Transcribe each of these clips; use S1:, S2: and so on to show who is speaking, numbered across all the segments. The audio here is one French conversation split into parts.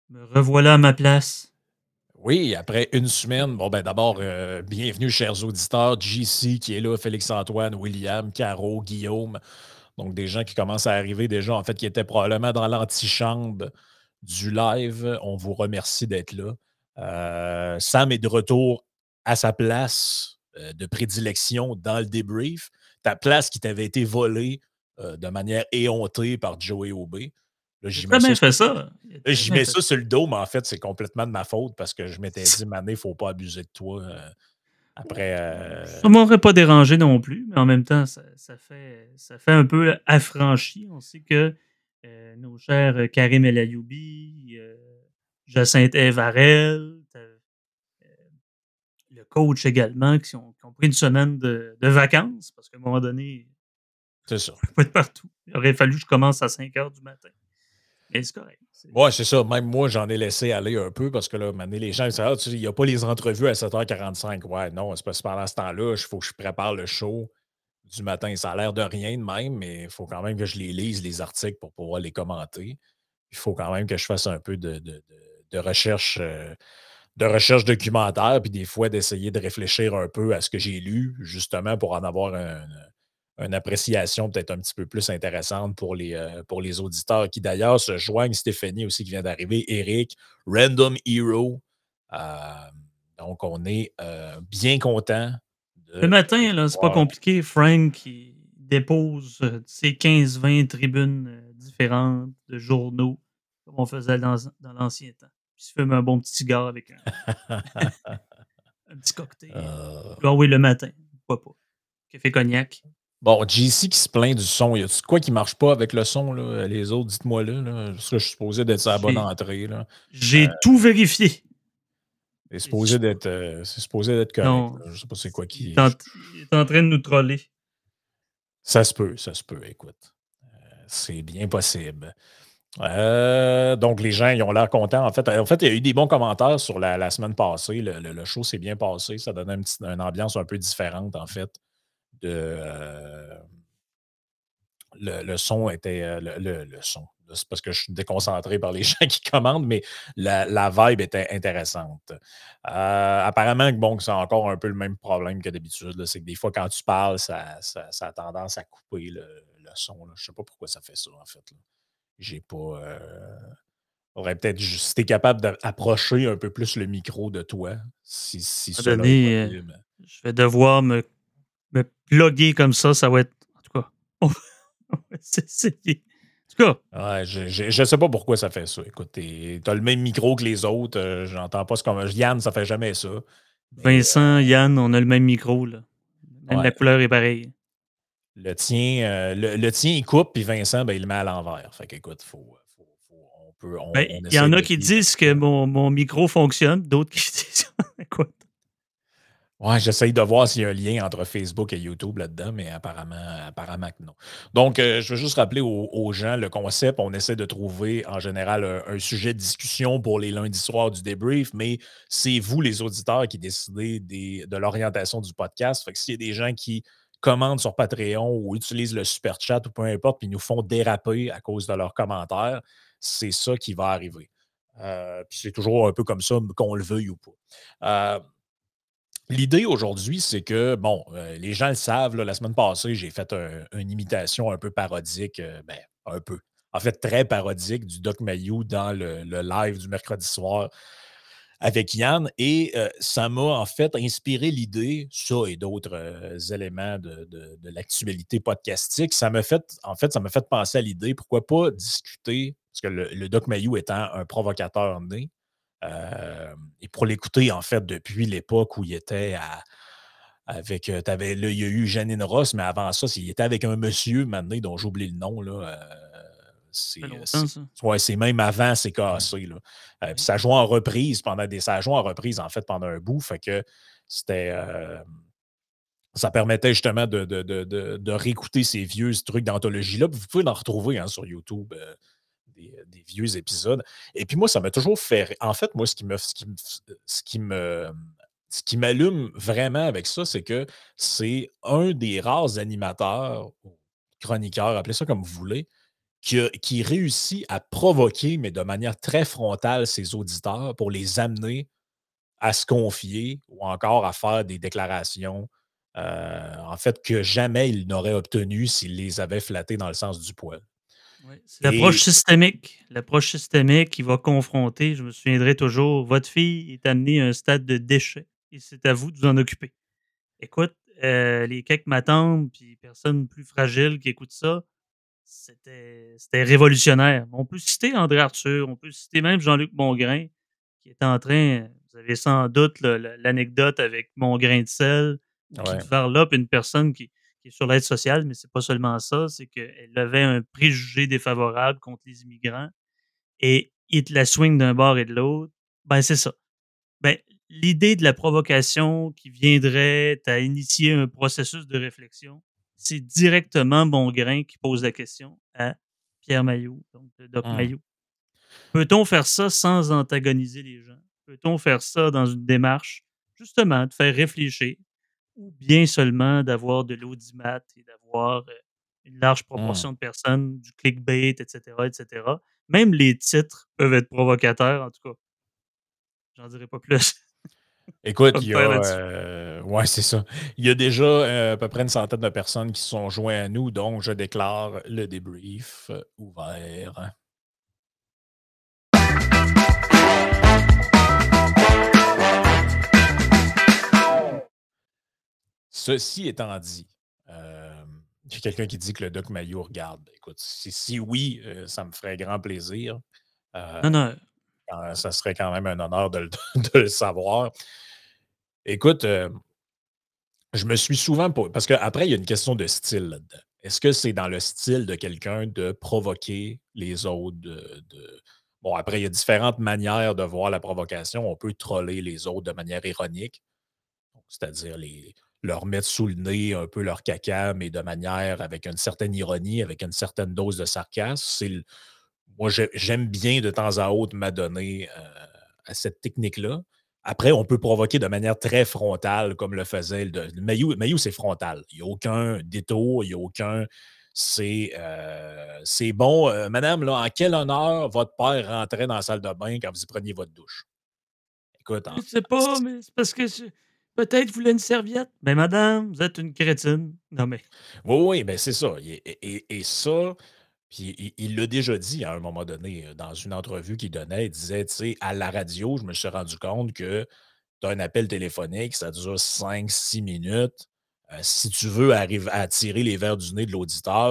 S1: Me revoilà à ma place.
S2: Oui, après une semaine, bon ben d'abord, bienvenue chers auditeurs, JC qui est là, Félix-Antoine, William, Caro, Guillaume, donc des gens qui commencent à arriver déjà, en fait, qui étaient probablement dans l'antichambre du live. On vous remercie d'être là. Sam est de retour à sa place de prédilection dans le débrief. Ta place qui t'avait été volée de manière éhontée par Joey Aubé. Là,
S1: Il a
S2: j'y mets
S1: très
S2: ça
S1: bien fait ça. Il a
S2: Là,
S1: très
S2: j'y
S1: bien
S2: mets
S1: fait
S2: ça
S1: ça.
S2: sur le dos, mais en fait, c'est complètement de ma faute parce que je m'étais dit, Mané, il ne faut pas abuser de toi après.
S1: Ça m'aurait pas dérangé non plus, mais en même temps, ça fait un peu affranchi. On sait que nos chers Karim El Ayoubi, Jacinthe Varel, le coach également, qui ont pris une semaine de vacances, parce qu'à un moment donné,
S2: C'est ça.
S1: il ne faut pas être partout. Il aurait fallu que je commence à 5 heures du matin. Mais c'est correct.
S2: Ouais, c'est ça. Même moi, j'en ai laissé aller un peu parce que là, Mané, les gens, ils disent, ah, il n'y a pas les entrevues à 7h45. Ouais, non, c'est parce que pendant ce temps-là, il faut que je prépare le show du matin. Ça a l'air de rien de même, mais il faut quand même que je les lise, les articles, pour pouvoir les commenter. Il faut quand même que je fasse un peu de recherche. De recherche documentaire, puis des fois d'essayer de réfléchir un peu à ce que j'ai lu, justement pour en avoir une appréciation peut-être un petit peu plus intéressante pour les auditeurs qui d'ailleurs se joignent. Stéphanie aussi qui vient d'arriver, Eric, Random Hero. Euh, donc, on est bien content
S1: Le
S2: de
S1: matin, là, c'est pas
S2: voir.
S1: compliqué. Frank il dépose ses 15-20 tribunes différentes de journaux, comme on faisait dans l'ancien temps. Puis il se fume un bon petit cigare avec un petit cocktail.
S2: Euh,
S1: Ah oui, le matin, pourquoi pas. Café cognac.
S2: Bon, JC qui se plaint du son. Y a-tu quoi qui marche pas avec le son, là? Les autres, dites-moi là. Parce que je suis supposé d'être à la bonne
S1: J'ai,
S2: entrée. Là.
S1: j'ai tout vérifié.
S2: C'est supposé d'être correct.
S1: Non,
S2: Là. Je sais pas c'est quoi
S1: il
S2: qui.
S1: est, en, il est en train de nous troller.
S2: Ça se peut, écoute. C'est bien possible. Donc, les gens, ils ont l'air contents. En fait, il y a eu des bons commentaires sur la semaine passée. Le show s'est bien passé. Ça donnait une ambiance un peu différente, en fait. De, le son était. Le son. C'est parce que je suis déconcentré par les gens qui commandent, mais la vibe était intéressante. Apparemment, bon, c'est encore un peu le même problème que d'habitude. Là. C'est que des fois, quand tu parles, ça a tendance à couper le son. Là. Je ne sais pas pourquoi ça fait ça, en fait. Là. J'ai pas. Aurait peut-être juste. Si tu es capable d'approcher un peu plus le micro de toi, si
S1: À un moment
S2: cela est
S1: donné,
S2: possible.
S1: je vais devoir me plugger comme ça. Ça va être. En tout cas, on va s'essayer. En tout cas,
S2: Ouais, je sais pas pourquoi ça fait ça. Écoute, t'as le même micro que les autres. J'entends pas ce qu'on. Yann, ça fait jamais ça. Mais
S1: Vincent, Yann, on a le même micro, là. Même la
S2: ouais,
S1: couleur est pareille.
S2: le tien, il coupe, puis Vincent, ben, il le met à l'envers. Fait qu'écoute,
S1: Ben,
S2: on
S1: il y
S2: essaie
S1: en a
S2: de
S1: qui
S2: vivre
S1: disent
S2: avec
S1: que
S2: ça.
S1: mon micro fonctionne, d'autres qui disent écoute.
S2: Ouais, j'essaye de voir s'il y a un lien entre Facebook et YouTube là-dedans, mais apparemment que non. Donc, je veux juste rappeler aux gens le concept. On essaie de trouver en général un sujet de discussion pour les lundis soirs du débrief, mais c'est vous, les auditeurs, qui décidez de l'orientation du podcast. Fait que s'il y a des gens qui commandent sur Patreon ou utilisent le super chat ou peu importe, puis nous font déraper à cause de leurs commentaires, c'est ça qui va arriver. Puis c'est toujours un peu comme ça, qu'on le veuille ou pas. L'idée aujourd'hui, c'est que, bon, les gens le savent, là, la semaine passée, j'ai fait une imitation un peu parodique, ben, un peu, en fait, très parodique du Doc Mayou dans le live du mercredi soir avec Yann. Et ça m'a, en fait, inspiré l'idée, ça et d'autres éléments de l'actualité podcastique. Ça m'a fait penser à l'idée, pourquoi pas discuter, parce que le Doc Mayou étant un provocateur né, et pour l'écouter, en fait, depuis l'époque où il était avec. Là, il y a eu Janine Ross, mais avant ça, il était avec un monsieur maintenant dont j'oublie le nom. Là,
S1: Ça fait longtemps, ça.
S2: ouais, c'est même avant C'est cassé. Là. Puis
S1: Ouais.
S2: ça jouait en reprise ça a joué en reprise, en fait, pendant un bout. Fait que c'était. Ça permettait justement de réécouter ces vieux trucs d'anthologie-là. Puis vous pouvez en retrouver hein, sur YouTube. Des vieux épisodes. Et puis moi, ça m'a toujours fait. En fait, moi, ce qui m'allume vraiment avec ça, c'est que c'est un des rares animateurs, ou chroniqueurs, appelez ça comme vous voulez, qui réussit à provoquer, mais de manière très frontale, ses auditeurs pour les amener à se confier ou encore à faire des déclarations, en fait, que jamais il n'aurait obtenues s'il les avait flattés dans le sens du poil.
S1: Ouais, c'est l'approche
S2: Et
S1: systémique. L'approche systémique qui va confronter, je me souviendrai toujours, votre fille est amenée à un stade de déchet et c'est à vous de vous en occuper. Écoute, les quelques matantes puis personnes plus fragiles qui écoutent ça, c'était révolutionnaire. On peut citer André Arthur, on peut citer même Jean-Luc Mongrain, qui est en train, vous avez sans doute l'anecdote avec Mongrain de sel, ou qui
S2: ouais,
S1: développe une personne qui est sur l'aide sociale, mais c'est pas seulement ça, c'est qu'elle avait un préjugé défavorable contre les immigrants et il te la swing d'un bord et de l'autre. Ben, c'est ça. Ben, l'idée de la provocation qui viendrait à initier un processus de réflexion, c'est directement Bongrain qui pose la question à Pierre Mailloux, donc le Doc
S2: mmh,
S1: Mailloux. Peut-on faire ça sans antagoniser les gens? Peut-on faire ça dans une démarche, justement, de faire réfléchir ou bien seulement d'avoir de l'audimat et d'avoir une large
S2: mmh.
S1: proportion de personnes, du clickbait, etc., etc. Même les titres peuvent être provocateurs, en tout cas. J'en dirai pas plus.
S2: Écoute,
S1: Pas me
S2: il y
S1: faire
S2: a,
S1: là-dessus.
S2: ouais, c'est ça. Il y a déjà, à peu près une centaine de personnes qui se sont joints à nous, donc je déclare le débrief ouvert. Ceci étant dit, il y a quelqu'un qui dit que le Doc Mayo regarde. Écoute, si oui, ça me ferait grand plaisir. Euh,
S1: Non, non.
S2: Ça serait quand même un honneur de le, de le savoir. Écoute, je me suis souvent. Parce qu'après, il y a une question de style là-dedans. Est-ce que c'est dans le style de quelqu'un de provoquer les autres? Bon, après, il y a différentes manières de voir la provocation. On peut troller les autres de manière ironique, c'est-à-dire leur mettre sous le nez un peu leur caca, mais de manière avec une certaine ironie, avec une certaine dose de sarcasme. Moi, j'aime bien de temps à autre m'adonner à cette technique-là. Après, on peut provoquer de manière très frontale, comme le faisait le Mayou, c'est frontal. Il n'y a aucun détour, il n'y a aucun. C'est bon, madame, là, en quel honneur votre père rentrait dans la salle de bain quand vous y preniez votre douche? Écoute,
S1: Je sais pas,
S2: si,
S1: mais c'est parce que peut-être vous voulez une serviette. Ben, madame, vous êtes une crétine. Non, mais
S2: oui, oui, ben c'est ça. Et ça, puis il l'a déjà dit à un moment donné, dans une entrevue qu'il donnait, il disait, tu sais, à la radio, je me suis rendu compte que tu as un appel téléphonique, ça dure 5 6 minutes. Si tu veux arriver à tirer les verres du nez de l'auditeur,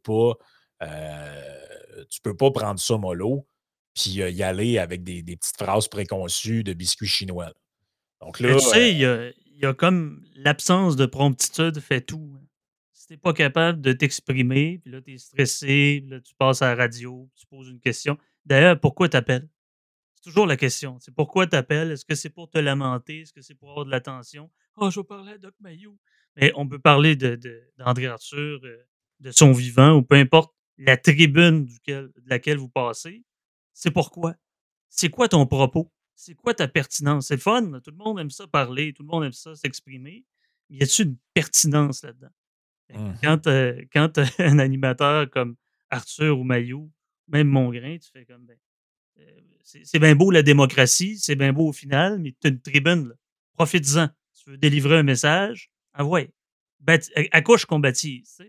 S2: tu peux pas prendre ça mollo, puis y aller avec des petites phrases préconçues de biscuits chinois. Donc
S1: ben,
S2: là,
S1: tu sais, il y a comme l'absence de promptitude fait tout, hein. Si t'es pas capable de t'exprimer, puis là, tu es stressé, puis là, tu passes à la radio, tu poses une question. D'ailleurs, pourquoi t'appelles? C'est toujours la question. C'est pourquoi t'appelles? Est-ce que c'est pour te lamenter? Est-ce que c'est pour avoir de l'attention? «Ah, je vais parler à Doc Mayou». Mais on peut parler d'André Arthur, de son vivant ou peu importe la tribune de laquelle vous passez. C'est pourquoi? C'est quoi ton propos? C'est quoi ta pertinence? C'est le fun, là, tout le monde aime ça parler, tout le monde aime ça s'exprimer. Mais y a-t-il une pertinence là-dedans? Fait que
S2: mhm,
S1: quand tu un animateur comme Arthur ou Mayou, même Mongrain, tu fais comme, ben, c'est bien beau la démocratie, c'est bien beau au final, mais tu as une tribune, là. Profites-en. Tu veux délivrer un message? Ah ouais. À quoi je combattise, tu sais?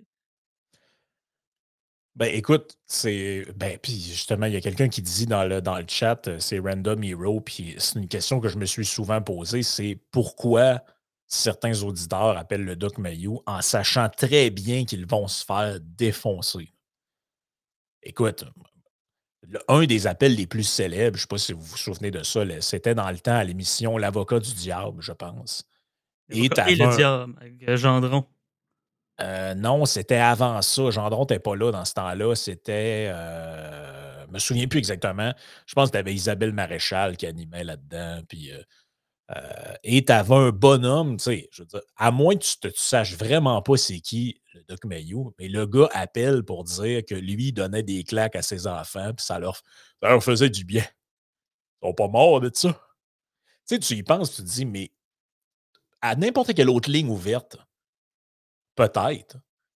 S2: ben, écoute, puis justement, il y a quelqu'un qui dit dans le chat, c'est Random Hero, puis c'est une question que je me suis souvent posée, c'est pourquoi certains auditeurs appellent le Doc Mayou en sachant très bien qu'ils vont se faire défoncer. Écoute, un des appels les plus célèbres, je ne sais pas si vous vous souvenez de ça, c'était dans le temps à l'émission L'Avocat du diable, je pense. Et
S1: L'avocat
S2: tu
S1: et le
S2: avais
S1: diable avec Gendron.
S2: non, c'était avant ça. Gendron n'était pas là dans ce temps-là. C'était. Je me souviens plus exactement. Je pense que tu avais Isabelle Maréchal qui animait là-dedans. Et tu avais un bonhomme, tu sais, je veux dire, à moins que tu saches vraiment pas c'est qui le Doc Mayou, mais le gars appelle pour dire que lui donnait des claques à ses enfants, puis ça leur faisait du bien. Ils sont pas morts de ça. Tu sais, tu y penses, tu te dis, mais à n'importe quelle autre ligne ouverte, peut-être.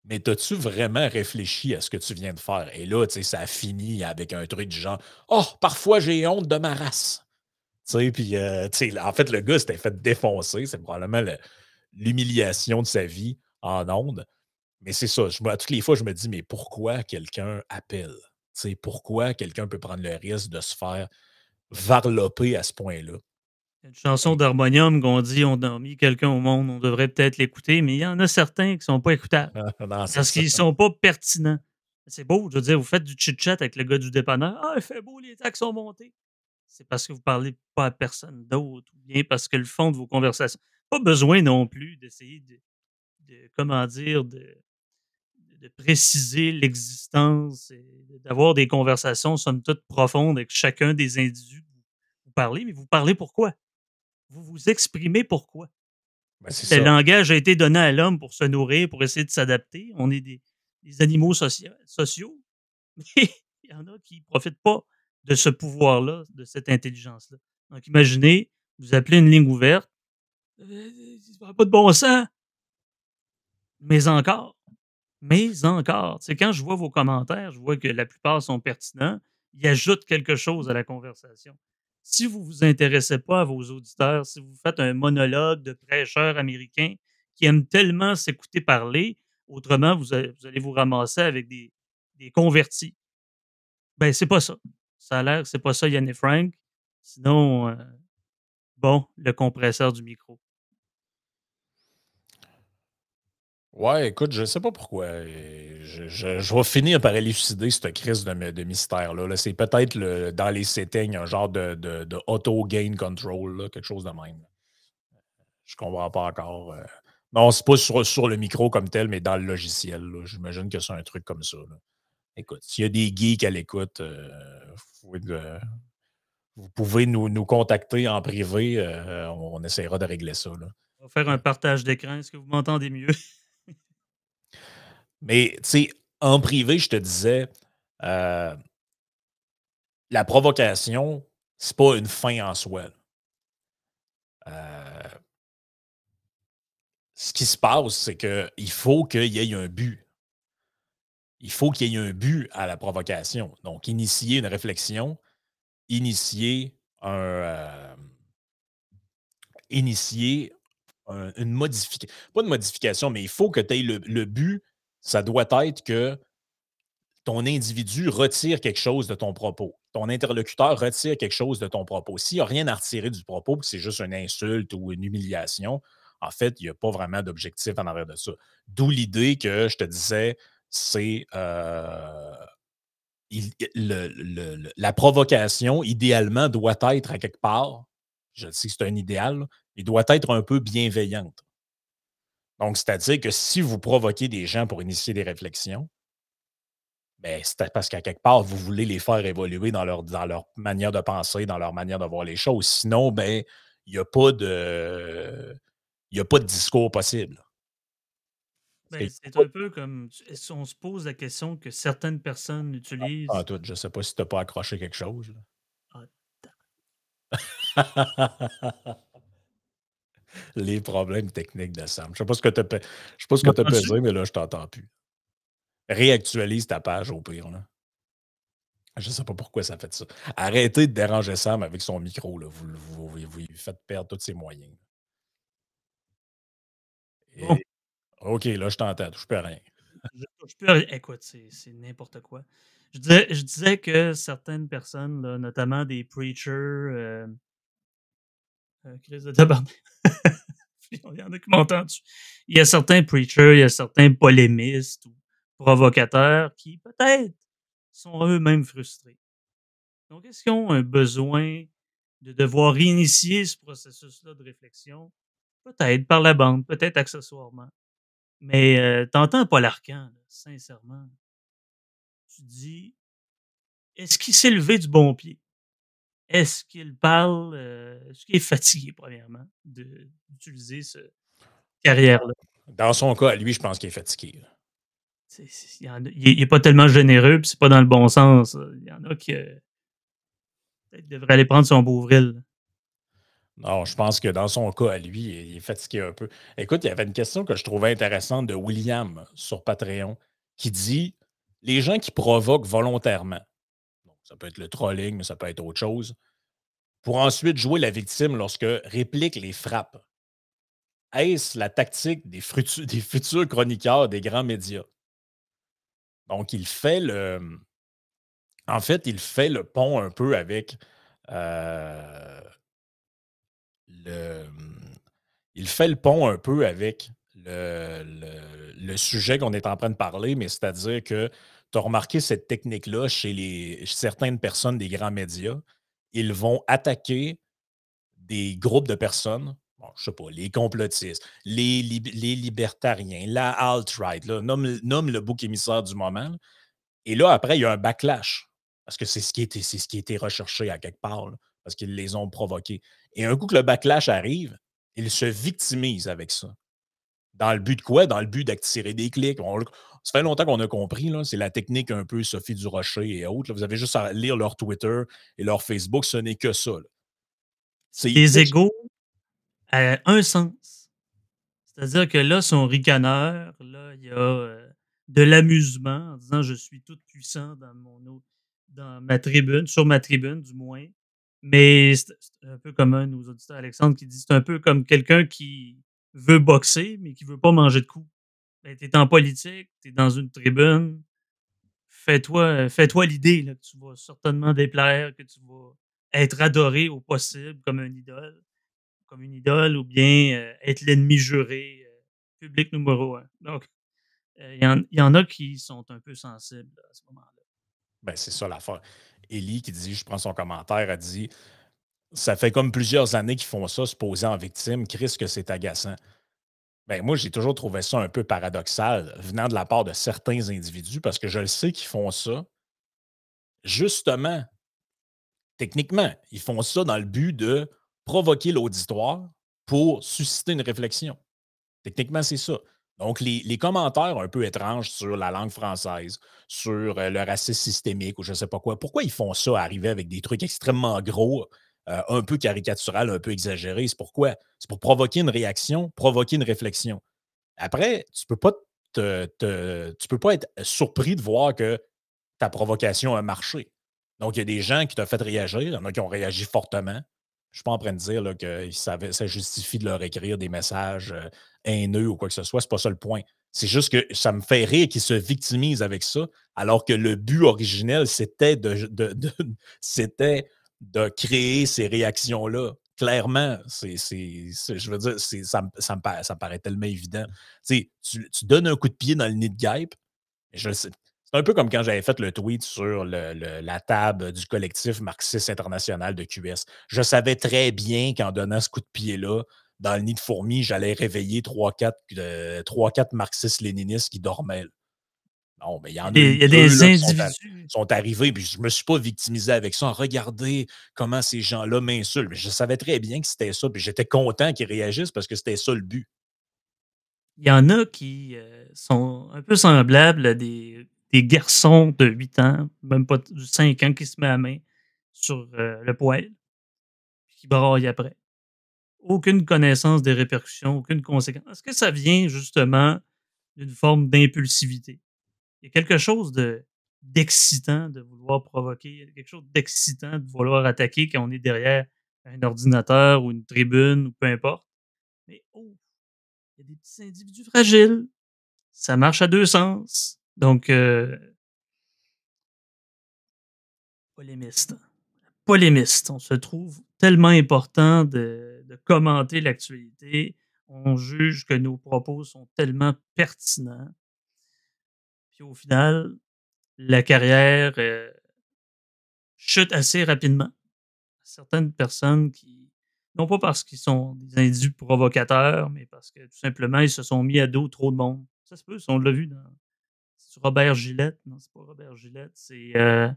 S2: mais t'as-tu vraiment réfléchi à ce que tu viens de faire? Et là, tu sais, ça a fini avec un truc du genre, oh, parfois j'ai honte de ma race. Tu sais, puis, tu sais, en fait, le gars s'était fait défoncer. C'est probablement l'humiliation de sa vie en ondes. Mais c'est ça. Toutes les fois, je me dis, mais pourquoi quelqu'un appelle? Tu sais, pourquoi quelqu'un peut prendre le risque de se faire varloper à ce point-là?
S1: Il y a une chanson d'Harmonium qu'on dit on a mis quelqu'un au monde, on devrait peut-être l'écouter, mais il y en a certains qui ne sont pas écoutables
S2: Non, c'est
S1: parce
S2: ça.
S1: qu'ils ne sont pas pertinents. C'est beau, je veux dire, vous faites du chit-chat avec le gars du dépanneur. Ah, il fait beau, les taxes sont montées. C'est parce que vous ne parlez pas à personne d'autre ou bien parce que le fond de vos conversations. Pas besoin non plus d'essayer comment dire, de préciser l'existence et d'avoir des conversations, somme toute, profondes avec chacun des individus que vous parlez, mais vous parlez pourquoi? Vous vous exprimez pourquoi?
S2: Ben, c'est
S1: Le
S2: ça.
S1: langage a été donné à l'homme pour se nourrir, pour essayer de s'adapter. On est des animaux sociaux, mais il y en a qui ne profitent pas de ce pouvoir-là, de cette intelligence-là. Donc, imaginez, vous appelez une ligne ouverte, ça n'a pas de bon sens, mais encore. Mais encore, c'est quand je vois vos commentaires, je vois que la plupart sont pertinents. Ils ajoutent quelque chose à la conversation. Si vous ne vous intéressez pas à vos auditeurs, si vous faites un monologue de prêcheurs américains qui aiment tellement s'écouter parler, autrement, vous allez vous ramasser avec des convertis. Ben, c'est pas ça. Ça a l'air que c'est pas ça, Yann et Frank. Sinon, bon, le compresseur du micro.
S2: Ouais, écoute, je sais pas pourquoi. Je vais finir par élucider cette crise de mystère-là. Là. C'est peut-être dans les settings un genre de auto-gain control, là, quelque chose de même. Je comprends pas encore. Non, c'est pas sur le micro comme tel, mais dans le logiciel. Là. J'imagine que c'est un truc comme ça. Là. Écoute, s'il y a des geeks à l'écoute, vous pouvez nous contacter en privé. On essaiera de régler ça. Là.
S1: On va faire un partage d'écran. Est-ce que vous m'entendez mieux?
S2: Mais, tu sais, en privé, je te disais, euh, la provocation, c'est pas une fin en soi. Euh, Ce qui se passe, c'est qu'il faut qu'il y ait un but. Il faut qu'il y ait un but à la provocation. Donc, initier une réflexion, initier initier une modification. Pas de modification, mais il faut que tu aies le but. Ça doit être que ton individu retire quelque chose de ton propos. Ton interlocuteur retire quelque chose de ton propos. S'il n'y a rien à retirer du propos, que c'est juste une insulte ou une humiliation, en fait, il n'y a pas vraiment d'objectif en arrière de ça. D'où l'idée que je te disais, c'est la provocation, idéalement, doit être à quelque part, je sais que c'est un idéal, il doit être un peu bienveillante. Donc, c'est-à-dire que si vous provoquez des gens pour initier des réflexions, ben, c'est parce qu'à quelque part, vous voulez les faire évoluer dans leur manière de penser, dans leur manière de voir les choses. Sinon, ben, il n'y a pas de. Il n'y a pas de discours possible.
S1: Ben, c'est un peu comme si on se pose la question que certaines personnes
S2: Ah,
S1: utilisent.
S2: tout, je ne sais pas si tu n'as pas accroché quelque chose.
S1: Ah,
S2: Là. Les problèmes techniques de Sam. Je ne sais pas ce que tu
S1: tu
S2: as
S1: m'entends-tu?
S2: pesé, mais là, je ne t'entends plus. Réactualise ta page au pire. Là. Je ne sais pas pourquoi ça fait ça. Arrêtez de déranger Sam avec son micro. Là. Vous lui faites perdre tous ses moyens.
S1: Bon,
S2: Et, OK, là, je t'entends. Je peux rien.
S1: je touche plus à rien. Écoute, c'est n'importe quoi. Je disais que certaines personnes, là, notamment des preachers, Christ de tabarnak. Il y en a qui m'entendent. Il y a certains preachers, il y a certains polémistes ou provocateurs qui, peut-être, sont eux-mêmes frustrés. Donc, est-ce qu'ils ont un besoin de devoir réinitier ce processus-là de réflexion? Peut-être par la bande, peut-être accessoirement. Mais t'entends Paul Arcand, là, sincèrement. Tu dis, est-ce qu'il s'est levé du bon pied? Est-ce qu'il parle, est-ce qu'il est fatigué, premièrement, d'utiliser cette carrière-là?
S2: Dans son cas, lui, je pense qu'il est fatigué. Là.
S1: Il est pas tellement généreux, puis c'est pas dans le bon sens. Il y en a qui peut-être devraient aller prendre son Beauvril.
S2: Non, je pense que dans son cas, à lui, il est fatigué un peu. Écoute, il y avait une question que je trouvais intéressante de William sur Patreon qui dit les gens qui provoquent volontairement, bon, ça peut être le trolling, mais ça peut être autre chose, pour ensuite jouer la victime lorsque réplique les frappe. Est-ce la tactique des futurs chroniqueurs des grands médias? Donc, en fait, il fait le pont un peu avec euh, le, il fait le pont un peu avec le sujet qu'on est en train de parler, mais c'est-à-dire que tu as remarqué cette technique-là chez certaines personnes des grands médias. Ils vont attaquer des groupes de personnes, bon, je sais pas, les complotistes, les libertariens, la alt-right, là, nomme le bouc émissaire du moment. Là. Et là, après, il y a un backlash. Parce que c'est ce qui a été recherché à quelque part, là, parce qu'ils les ont provoqués. Et un coup que le backlash arrive, ils se victimisent avec ça. Dans le but de quoi? Dans le but d'attirer des clics. Ça fait longtemps qu'on a compris, là, c'est la technique un peu Sophie Durocher et autres. Là. Vous avez juste à lire leur Twitter et leur Facebook, ce n'est que ça. Là.
S1: C'est
S2: C'est
S1: des égos à un sens. C'est-à-dire que là, son ricaneur, là, il y a de l'amusement en disant je suis tout puissant dans ma tribune, sur ma tribune du moins. Mais c'est un peu comme un de nos auditeurs, Alexandre, qui dit c'est un peu comme quelqu'un qui veut boxer, mais qui veut pas manger de coups. Ben, tu es en politique, tu es dans une tribune, fais-toi l'idée là, que tu vas certainement déplaire, que tu vas être adoré au possible comme une idole ou bien être l'ennemi juré, public numéro un. Donc, il y en a qui sont un peu sensibles à ce moment-là.
S2: ben, c'est ça l'affaire. Ellie qui dit, je prends son commentaire, a dit ça fait comme plusieurs années qu'ils font ça, se poser en victime. Chris, que c'est agaçant. Ben, moi, j'ai toujours trouvé ça un peu paradoxal venant de la part de certains individus parce que je le sais qu'ils font ça justement, techniquement. Ils font ça dans le but de provoquer l'auditoire pour susciter une réflexion. Techniquement, c'est ça. Donc, les commentaires un peu étranges sur la langue française, sur le racisme systémique ou je ne sais pas quoi, pourquoi ils font ça, arriver avec des trucs extrêmement gros, un peu caricatural, un peu exagéré? C'est pourquoi? C'est pour provoquer une réaction, provoquer une réflexion. Après, tu peux pas être surpris de voir que ta provocation a marché. Donc, il y a des gens qui t'ont fait réagir, il y en a qui ont réagi fortement. Je ne suis pas en train de dire là, que ça justifie de leur écrire des messages haineux ou quoi que ce soit. C'est pas ça le point. C'est juste que ça me fait rire qu'ils se victimisent avec ça, alors que le but originel, c'était c'était de créer ces réactions-là. Clairement, je veux dire, ça me paraît tellement évident. Tu donnes un coup de pied dans le nid de guêpe, je le sais. C'est un peu comme quand j'avais fait le tweet sur la table du collectif marxiste international de QS. Je savais très bien qu'en donnant ce coup de pied-là, dans le nid de fourmis, j'allais réveiller 3-4 marxistes-léninistes qui dormaient. Là. Non, mais il y en a
S1: Il
S2: eu
S1: y a
S2: deux
S1: des
S2: là, qui
S1: individus.
S2: sont arrivés, puis je ne me suis pas victimisé avec ça. Regardez comment ces gens-là m'insultent. Mais je savais très bien que c'était ça, puis j'étais content qu'ils réagissent parce que c'était ça le but.
S1: Il y en a qui sont un peu semblables à des garçons de 8 ans, même pas de 5 ans, qui se met à main sur le poêle, puis qui braillent après. Aucune connaissance des répercussions, aucune conséquence. Est-ce que ça vient justement d'une forme d'impulsivité? Il y a quelque chose d'excitant de vouloir provoquer, il y a quelque chose d'excitant de vouloir attaquer quand on est derrière un ordinateur ou une tribune ou peu importe. Mais oh, il y a des petits individus fragiles. Ça marche à deux sens. Donc, polémiste. Polémiste. On se trouve tellement important de commenter l'actualité. On juge que nos propos sont tellement pertinents. Puis au final, la carrière chute assez rapidement. Certaines personnes qui, non pas parce qu'ils sont des individus provocateurs, mais parce que tout simplement, ils se sont mis à dos trop de monde. Ça se peut, on l'a vu dans c'est Robert Gillette. Non, c'est pas Robert Gillette, c'est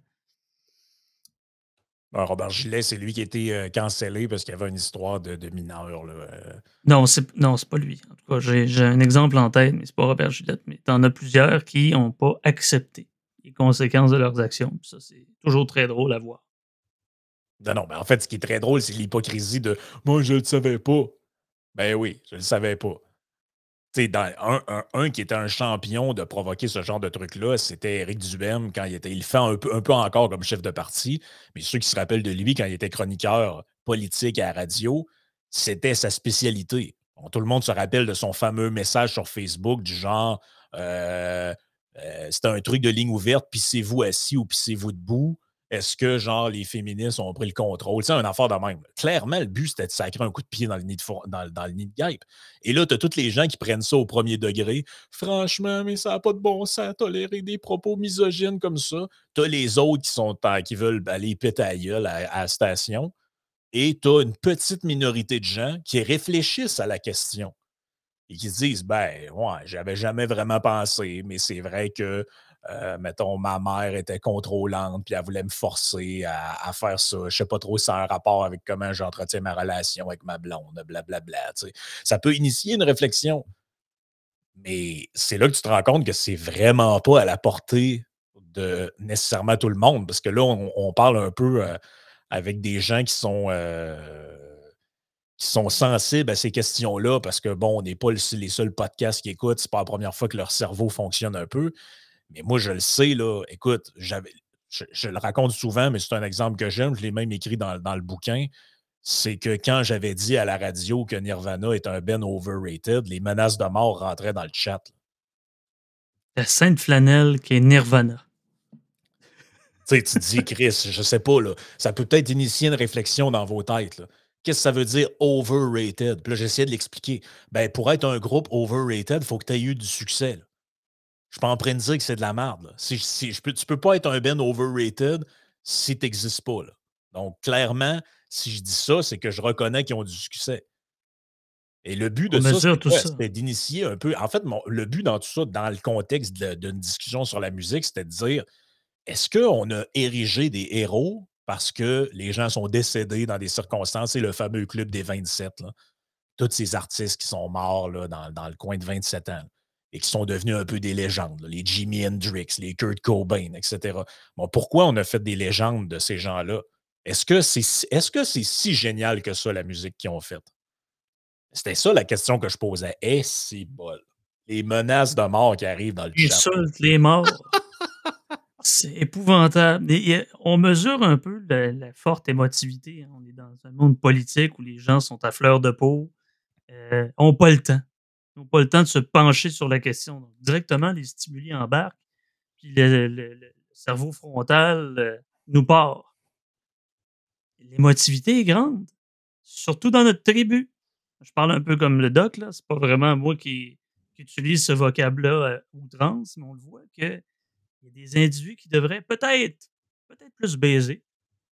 S2: Robert Gillet, c'est lui qui a été cancellé parce qu'il y avait une histoire de mineur. Là,
S1: non, c'est pas lui. En tout cas, j'ai un exemple en tête, mais c'est pas Robert Gillette. Mais t'en as plusieurs qui n'ont pas accepté les conséquences de leurs actions. Puis ça, c'est toujours très drôle à voir.
S2: Non, non, mais en fait, ce qui est très drôle, c'est l'hypocrisie de moi, je ne le savais pas. Ben oui, je ne le savais pas. Tu sais, un qui était un champion de provoquer ce genre de truc-là, c'était Éric Duhaime quand il le fait un peu encore comme chef de parti, mais ceux qui se rappellent de lui quand il était chroniqueur politique à la radio, c'était sa spécialité. Bon, tout le monde se rappelle de son fameux message sur Facebook du genre euh, c'était un truc de ligne ouverte, pissez-vous assis ou pissez-vous debout. Est-ce que, genre, les féministes ont pris le contrôle? C'est un affaire de même. Clairement, le but, c'était de sacrer un coup de pied dans le nid dans le nid de guêpe. Et là, tu as tous les gens qui prennent ça au premier degré. Franchement, mais ça n'a pas de bon sens, tolérer des propos misogynes comme ça. Tu as les autres qui veulent aller péter à gueule à la station. Et tu as une petite minorité de gens qui réfléchissent à la question et qui se disent, ben, ouais, j'avais jamais vraiment pensé, mais c'est vrai que, mettons, ma mère était contrôlante, puis elle voulait me forcer à faire ça. Je sais pas trop si ça a un rapport avec comment j'entretiens ma relation avec ma blonde, blablabla. Tu sais. Ça peut initier une réflexion, mais c'est là que tu te rends compte que c'est vraiment pas à la portée de nécessairement tout le monde, parce que là, on parle un peu avec des gens qui sont sensibles à ces questions-là parce que, bon, on n'est pas les seuls podcasts qui écoutent. C'est pas la première fois que leur cerveau fonctionne un peu. Mais moi, je le sais, là. Écoute, je le raconte souvent, mais c'est un exemple que j'aime. Je l'ai même écrit dans le bouquin. C'est que quand j'avais dit à la radio que Nirvana est un band overrated, les menaces de mort rentraient dans le chat.
S1: La sainte flanelle qui est Nirvana.
S2: Tu sais, tu te dis, Chris, je sais pas, là, ça peut peut-être initier une réflexion dans vos têtes. Là. Qu'est-ce que ça veut dire overrated? Puis là, j'essayais de l'expliquer. Ben, pour être un groupe overrated, il faut que tu aies eu du succès. Là. Je suis pas en train de dire que c'est de la merde. Là. Tu peux pas être un band overrated si tu n'existes pas. Là. Donc, clairement, si je dis ça, c'est que je reconnais qu'ils ont du succès. Et le but
S1: On
S2: de ça,
S1: mesure
S2: c'était
S1: tout
S2: quoi?
S1: ça.
S2: C'était d'initier un peu. En fait, le but dans tout ça, dans le contexte d'une discussion sur la musique, c'était de dire est-ce qu'on a érigé des héros parce que les gens sont décédés dans des circonstances? C'est le fameux club des 27, là. Tous ces artistes qui sont morts là, dans le coin de 27 ans et qui sont devenus un peu des légendes, là, les Jimi Hendrix, les Kurt Cobain, etc. Bon, pourquoi on a fait des légendes de ces gens-là? Est-ce que c'est si génial que ça, la musique qu'ils ont faite? C'était ça la question que je posais. Et c'est bol. Les menaces de mort qui arrivent dans le chat.
S1: Insulte les morts. C'est épouvantable. On mesure un peu la forte émotivité. Hein. On est dans un monde politique où les gens sont à fleur de peau, n'ont pas le temps. Ils n'ont pas le temps de se pencher sur la question. Donc, directement, les stimuli embarquent, puis le cerveau frontal nous part. L'émotivité est grande, surtout dans notre tribu. Je parle un peu comme le doc, là. C'est pas vraiment moi qui utilise ce vocable-là outrance, mais on le voit qu'il y a des individus qui devraient peut-être plus baiser.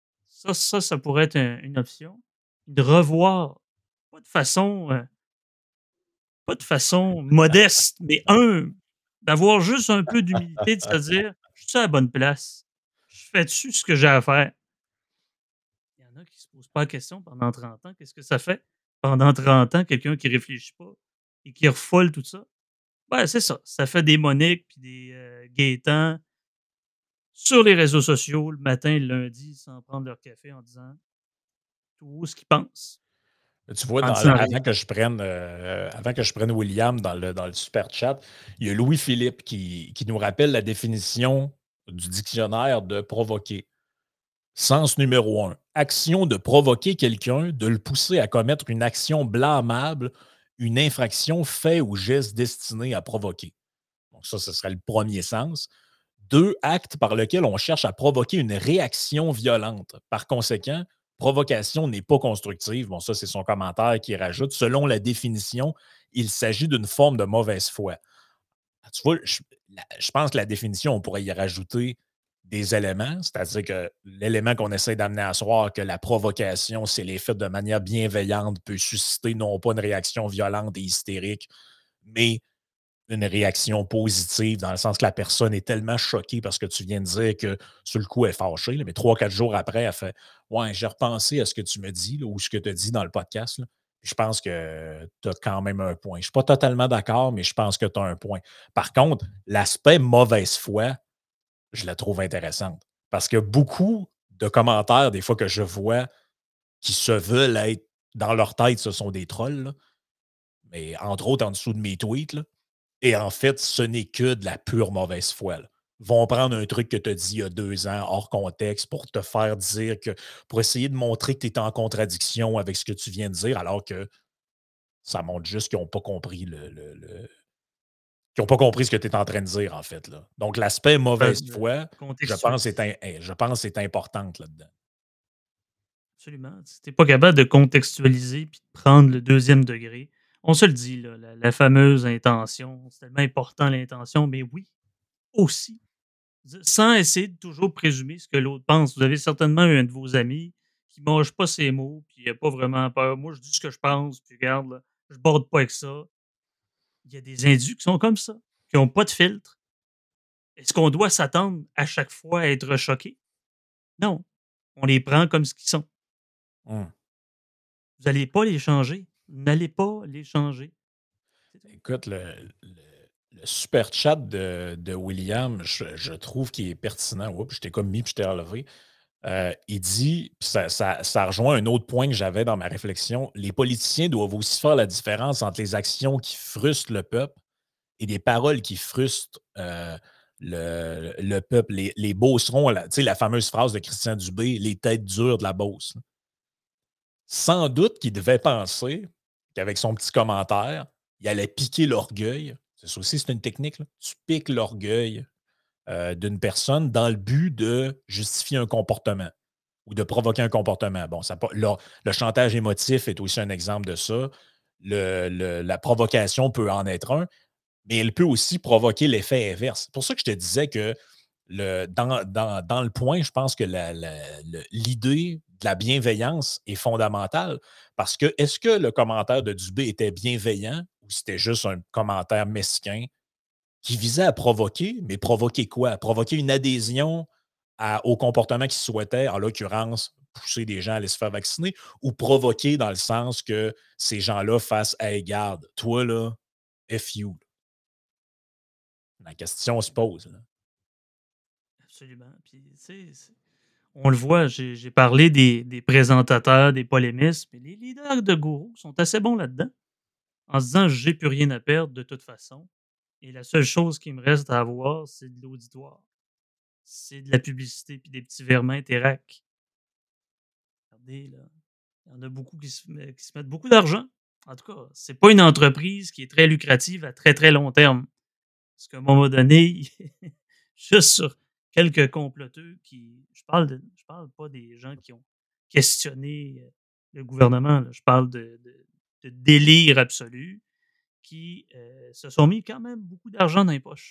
S1: Ça pourrait être une option. De revoir, pas de façon, euh, pas de façon modeste, mais d'avoir juste un peu d'humilité, de se dire, je suis à la bonne place. Je fais-tu ce que j'ai à faire? Il y en a qui ne se posent pas la question pendant 30 ans. Qu'est-ce que ça fait? Pendant 30 ans, quelqu'un qui ne réfléchit pas et qui refoule tout ça. Ben, c'est ça. Ça fait des Monique puis des Gaétans sur les réseaux sociaux le matin, le lundi, sans prendre leur café en disant tout ce qu'ils pensent.
S2: Tu vois,
S1: En disant rien.
S2: avant que je prenne William dans le super chat, il y a Louis-Philippe qui nous rappelle la définition du dictionnaire de provoquer. Sens numéro un, action de provoquer quelqu'un, de le pousser à commettre une action blâmable, une infraction, fait ou geste destiné à provoquer. Donc ça, ce serait le premier sens. Deux, actes par lequel on cherche à provoquer une réaction violente. Par conséquent, provocation n'est pas constructive. Bon, ça, c'est son commentaire qui rajoute. Selon la définition, il s'agit d'une forme de mauvaise foi. Tu vois, je pense que la définition, on pourrait y rajouter des éléments, c'est-à-dire que l'élément qu'on essaie d'amener à soir, que la provocation, c'est les faits de manière bienveillante, peut susciter non pas une réaction violente et hystérique, mais une réaction positive, dans le sens que la personne est tellement choquée parce que tu viens de dire que sur le coup, elle est fâchée, là, mais 3-4 jours après, elle fait ouais, j'ai repensé à ce que tu me dis là, ou ce que tu as dit dans le podcast. Là. Je pense que tu as quand même un point. Je ne suis pas totalement d'accord, mais je pense que tu as un point. Par contre, l'aspect mauvaise foi, je la trouve intéressante. Parce que beaucoup de commentaires, des fois, que je vois qui se veulent être dans leur tête, ce sont des trolls, là, mais entre autres en dessous de mes tweets, là. Et en fait, ce n'est que de la pure mauvaise foi, là. Vont prendre un truc que tu as dit il y a 2 ans, hors contexte, pour te faire dire que pour essayer de montrer que tu es en contradiction avec ce que tu viens de dire, alors que ça montre juste qu'ils n'ont pas compris qu'ils ont pas compris ce que tu es en train de dire, en fait, là. Donc l'aspect
S1: Capable
S2: mauvaise
S1: de
S2: foi,
S1: contextualiser.
S2: je pense est importante là-dedans.
S1: Absolument. Si tu pas capable de contextualiser puis de prendre le deuxième degré, on se le dit, là, la fameuse intention, c'est tellement important l'intention, mais oui, aussi. Sans essayer de toujours présumer ce que l'autre pense. Vous avez certainement un de vos amis qui mange pas ses mots, puis il a pas vraiment peur. Moi, je dis ce que je pense, puis regarde, là, je borde pas avec ça. Il y a des individus qui sont comme ça, qui ont pas de filtre. Est-ce qu'on doit s'attendre à chaque fois à être choqué? Non. On les prend comme ce qu'ils sont.
S2: Mmh.
S1: Vous n'allez pas les changer. Vous n'allez pas les changer. C'est tout.
S2: Écoute, le super chat de William, je trouve qu'il est pertinent. Oups, je t'ai comme mis puis je t'ai relevé. Il dit, puis ça rejoint un autre point que j'avais dans ma réflexion, les politiciens doivent aussi faire la différence entre les actions qui frustrent le peuple et des paroles qui frustrent le peuple. Les beaucerons, tu sais, la fameuse phrase de Christian Dubé, les têtes dures de la Beauce. Sans doute qu'il devait penser qu'avec son petit commentaire, il allait piquer l'orgueil. C'est ça aussi, c'est une technique, là. Tu piques l'orgueil d'une personne dans le but de justifier un comportement ou de provoquer un comportement. Bon, le chantage émotif est aussi un exemple de ça. La provocation peut en être un, mais elle peut aussi provoquer l'effet inverse. C'est pour ça que je te disais que dans le point, je pense que l'idée de la bienveillance est fondamentale parce que est-ce que le commentaire de Dubé était bienveillant ou c'était juste un commentaire mesquin qui visait à provoquer, mais provoquer quoi? Provoquer une adhésion au comportement qu'il souhaitait, en l'occurrence, pousser des gens à aller se faire vacciner, ou provoquer dans le sens que ces gens-là fassent Hey, garde, toi là, F you. La question se
S1: Absolument.
S2: pose, là.
S1: Absolument. Puis, tu sais, on le voit, j'ai parlé des présentateurs, des polémistes, mais les leaders de gourou sont assez bons là-dedans, en se disant j'ai plus rien à perdre de toute façon. Et la seule chose qui me reste à avoir, c'est de l'auditoire. C'est de la publicité puis des petits vermins interact. Regardez, là. Il y en a beaucoup qui se mettent beaucoup d'argent. En tout cas, c'est pas une entreprise qui est très lucrative à très, très long terme. Parce qu'à un moment donné, juste sur quelques comploteux qui. Je parle pas des gens qui ont questionné le gouvernement. Là. Je parle de délire absolu qui se sont mis quand même beaucoup d'argent dans les poches.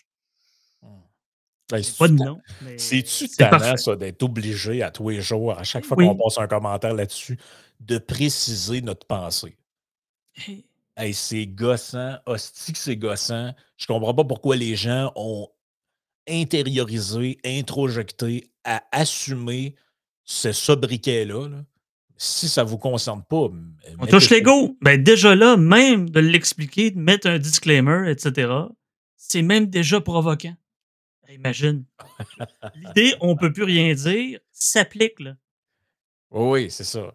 S2: Ben,
S1: J'ai pas de nom, mais
S2: c'est-tu
S1: c'est
S2: tannant,
S1: parfait.
S2: ça, d'être obligé à tous les jours, à chaque
S1: Eh
S2: fois qu'on
S1: oui.
S2: passe un commentaire là-dessus, de préciser notre pensée?
S1: Eh,
S2: Hey, c'est gossant, hostie que c'est gossant. Je comprends pas pourquoi les gens ont intériorisé, introjecté, à assumer ce sobriquet-là, là. Si ça vous concerne pas,
S1: on
S2: mettez
S1: touche
S2: ça.
S1: l'ego. Ben déjà là, même de l'expliquer, de mettre un disclaimer, etc., c'est même déjà provoquant. Imagine. L'idée, on peut plus rien dire, s'applique, là.
S2: Oui, oui, c'est ça.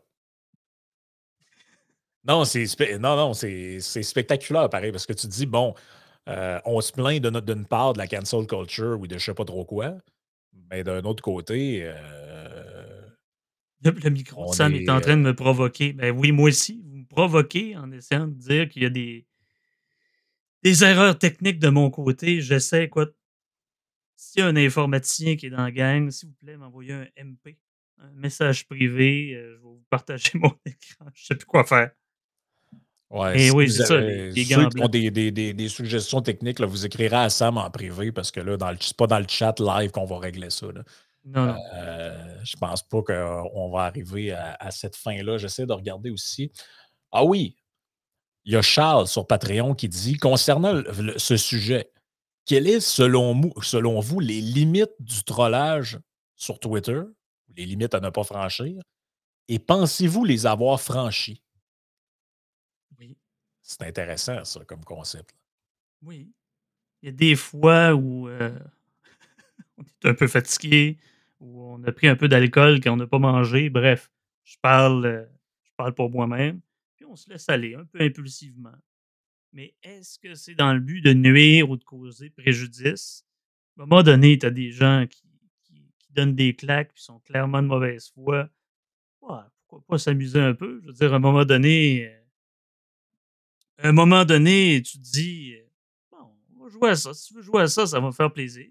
S2: Non, non, non, c'est spectaculaire, pareil, parce que tu te dis, bon, on se plaint d'une part de la cancel culture ou de je sais pas trop quoi, mais d'un autre côté,
S1: Le micro de
S2: on
S1: Sam est
S2: est.
S1: en train de me provoquer. Ben oui, moi aussi. Vous me provoquez en essayant de dire qu'il y a des erreurs techniques de mon côté. J'essaie, écoute, s'il y a un informaticien qui est dans la gang, s'il vous plaît, m'envoyez un MP, un message privé. Je vais vous partager mon écran. Je sais plus quoi faire.
S2: Ouais,
S1: Mais
S2: si
S1: oui, c'est
S2: vous
S1: ça,
S2: avez
S1: les
S2: ceux
S1: gants
S2: qui ont
S1: blancs.
S2: des suggestions techniques, là, vous écrirez à Sam en privé parce que là, c'est pas dans le chat live qu'on va régler ça, là.
S1: Non, non, pas du tout.
S2: Je pense pas qu'on va arriver à cette fin-là. J'essaie de regarder aussi. Ah oui, il y a Charles sur Patreon qui dit concernant ce sujet, quelles est selon vous les limites du trollage sur Twitter, les limites à ne pas franchir, et pensez-vous les avoir franchies?
S1: Oui,
S2: C'est intéressant, ça, comme concept.
S1: oui. Il y a des fois où on est un peu fatigué, où on a pris un peu d'alcool quand on n'a pas mangé. Bref, je parle pour moi-même. Puis on se laisse aller un peu impulsivement. Mais est-ce que c'est dans le but de nuire ou de causer préjudice? À un moment donné, tu as des gens qui donnent des claques puis sont clairement de mauvaise foi. Ouais, pourquoi pas s'amuser un peu? Je veux dire, à un moment donné, tu te dis, bon, on va jouer à ça. Si tu veux jouer à ça, ça va me faire plaisir.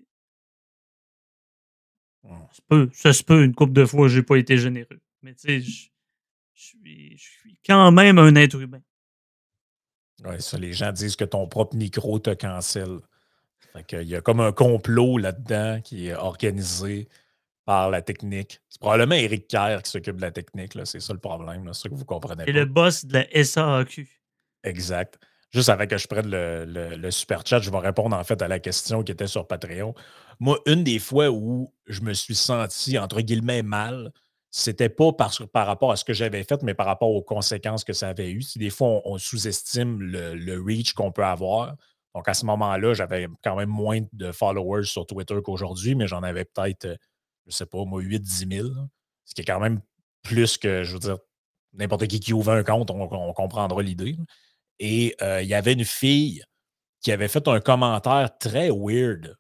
S2: Mmh.
S1: Ça se peut, une couple de fois, j'ai pas été généreux. Mais tu sais, je suis quand même un être humain.
S2: Ouais, ça, les gens disent que ton propre micro te cancelle. Fait qu'il y a comme un complot là-dedans qui est organisé par la technique. C'est probablement Éric Kerr qui s'occupe de la technique, là. C'est ça le problème, là. C'est ça que vous ne comprenez
S1: Et le
S2: pas.
S1: boss de la SAAQ.
S2: Exact. Juste avant que je prenne le super chat, je vais répondre en fait à la question qui était sur Patreon. Moi, une des fois où je me suis senti, entre guillemets, mal, c'était pas par rapport à ce que j'avais fait, mais par rapport aux conséquences que ça avait eues. Si des fois, on sous-estime le reach qu'on peut avoir. Donc, à ce moment-là, j'avais quand même moins de followers sur Twitter qu'aujourd'hui, mais j'en avais peut-être, je sais pas, moi, 8-10 000, là. Ce qui est quand même plus que, je veux dire, n'importe qui ouvre un compte, on comprendra l'idée, là. Et il y avait une fille qui avait fait un commentaire très weird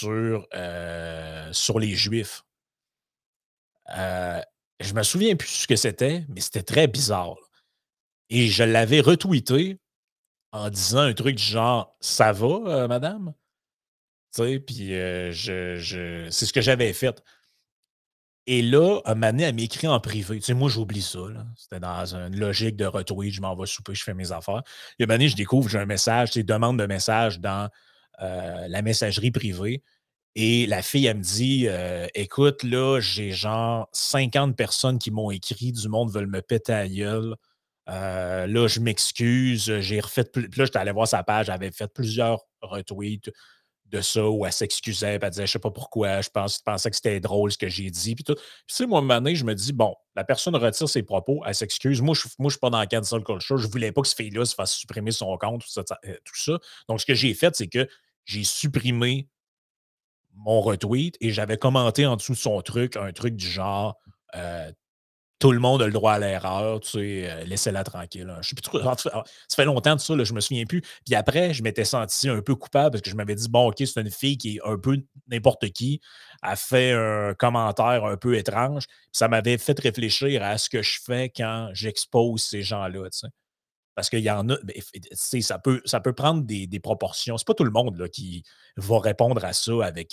S2: sur les Juifs. Euh, je me souviens plus ce que c'était, mais c'était très bizarre, là. Et je l'avais retweeté en disant un truc du genre Ça va, madame? Tu sais, puis c'est ce que j'avais fait. Et là, un moment donné, elle m'écrit en privé. Tu sais, moi, j'oublie ça, là. C'était dans une logique de retweet, je m'en vais souper, je fais mes affaires. Et un moment donné, je découvre, j'ai un message, tu sais, demande de message dans la messagerie privée. Et la fille, elle me dit Écoute, là, j'ai genre 50 personnes qui m'ont écrit, du monde veulent me péter à la gueule. Là, je m'excuse, j'ai refait. Puis là, j'étais allé voir sa page, elle avait fait plusieurs retweets de ça, où elle s'excusait, puis elle disait, je sais pas pourquoi, je pensais que c'était drôle ce que j'ai dit, puis tout. Puis, tu sais, moi, à un moment donné, je me dis, bon, la personne retire ses propos, elle s'excuse. Moi, je suis pas dans le cancel culture. Je voulais pas que ce fille-là se fasse supprimer son compte, tout ça. Donc, ce que j'ai fait, c'est que j'ai supprimé mon retweet et j'avais commenté en dessous de son truc, un truc du genre, euh, tout le monde a le droit à l'erreur, tu sais, laissez-la tranquille, là. Je sais plus trop. En tout cas, ça fait longtemps de ça, là, je me souviens plus. Puis après, je m'étais senti un peu coupable parce que je m'avais dit, bon, OK, c'est une fille qui est un peu n'importe qui, a fait un commentaire un peu étrange. Puis ça m'avait fait réfléchir à ce que je fais quand j'expose ces gens-là, tu sais. Parce qu'il y en a, ben, tu sais, ça peut prendre des proportions. C'est pas tout le monde là, qui va répondre à ça avec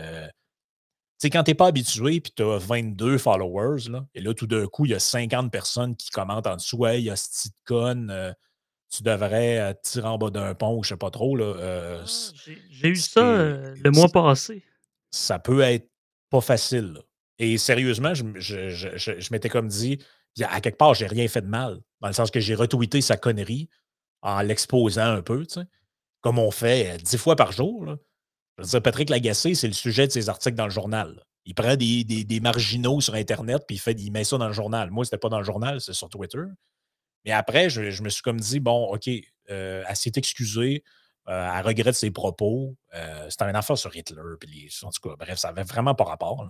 S2: sais, quand tu n'es pas habitué puis tu as 22 followers, là, et là, tout d'un coup, il y a 50 personnes qui commentent en dessous Hey, hostie de conne, tu devrais te tirer en bas d'un pont ou je sais pas trop. Là,
S1: Ah, j'ai eu ça
S2: c'est,
S1: le mois passé.
S2: ça peut être pas facile, là. Et sérieusement, je m'étais comme dit, à quelque part, j'ai rien fait de mal. Dans le sens que j'ai retweeté sa connerie en l'exposant un peu, tu sais, comme on fait 10 fois par jour, là. Je veux dire, Patrick Lagacé, c'est le sujet de ses articles dans le journal, là. Il prend des marginaux sur Internet puis il met ça dans le journal. Moi, c'était pas dans le journal, c'est sur Twitter. Mais après, je me suis comme dit, bon, OK, elle s'est excusée, elle regrette ses propos. C'était une affaire sur Hitler. Puis en tout cas, bref, ça avait vraiment pas rapport, là.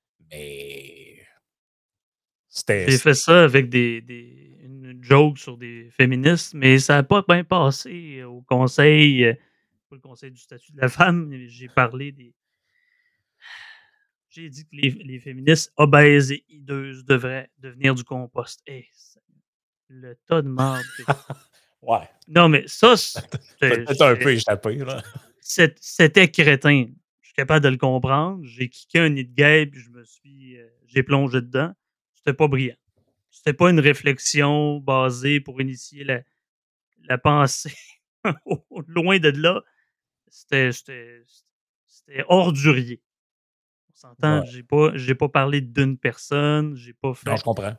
S2: Mais c'était.
S1: J'ai fait ça avec une joke sur des féministes, mais ça n'a pas bien passé au conseil, pas le conseil du statut de la femme. Mais j'ai dit que les féministes obèses et hideuses devraient devenir du compost. Hey, le tas de marde que
S2: Ouais,
S1: non, mais ça,
S2: peut-être un peu échappé, là.
S1: c'était crétin. Je suis capable de le comprendre. J'ai kické un nid de guêpe, puis j'ai plongé dedans. C'était pas brillant. C'était pas une réflexion basée pour initier la pensée. Loin de là, c'était c'était c'était ordurier. On s'entend,
S2: Ouais.
S1: j'ai pas parlé d'une personne, j'ai pas
S2: Non,
S1: fait
S2: je comprends.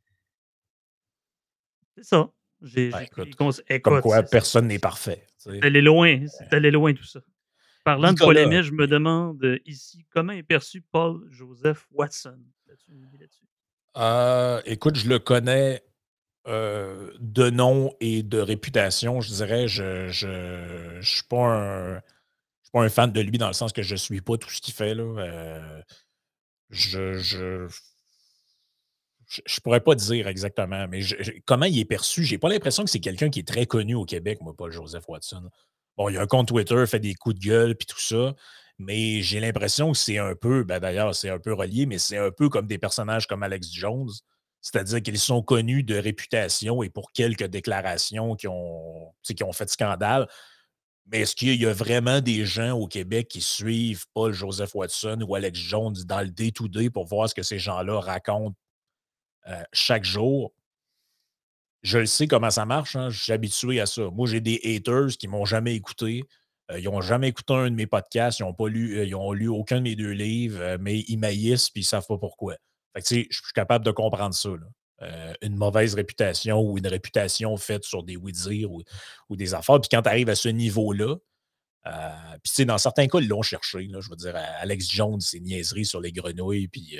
S1: c'est ça.
S2: Ben,
S1: J'ai pris les
S2: écoute,
S1: conseils.
S2: comme
S1: Écoute,
S2: quoi, personne n'est parfait, tu sais.
S1: c'est allé loin tout ça. Parlant de
S2: Nicolas,
S1: polémique, je me demande ici comment est perçu Paul Joseph Watson. As-tu une idée là-dessus?
S2: écoute, je le connais de nom et de réputation, je dirais. Je suis pas un fan de lui dans le sens que je suis pas tout ce qu'il fait, là. Je je pourrais pas dire exactement, mais comment il est perçu, j'ai pas l'impression que c'est quelqu'un qui est très connu au Québec, moi, Paul Joseph Watson. Bon, il a un compte Twitter, fait des coups de gueule puis tout ça, mais j'ai l'impression que c'est un peu, ben, d'ailleurs, c'est un peu relié, mais c'est un peu comme des personnages comme Alex Jones. C'est-à-dire qu'ils sont connus de réputation et pour quelques déclarations qui ont fait scandale. Mais est-ce qu'il y a vraiment des gens au Québec qui suivent Paul Joseph Watson ou Alex Jones dans le day-to-day pour voir ce que ces gens-là racontent chaque jour? Je le sais comment ça marche, hein, je suis habitué à ça. Moi, j'ai des haters qui m'ont jamais écouté. Ils n'ont jamais écouté un de mes podcasts, ils ont lu aucun de mes 2 livres, mais ils m'haïssent puis ils savent pas pourquoi. Fait que, tu sais, je suis capable de comprendre ça, là. Une mauvaise réputation ou une réputation faite sur des oui-dire ou des affaires. Puis quand tu arrives à ce niveau-là, puis, tu sais, dans certains cas, ils l'ont cherché, là. Je veux dire, Alex Jones, ses niaiseries sur les grenouilles, puis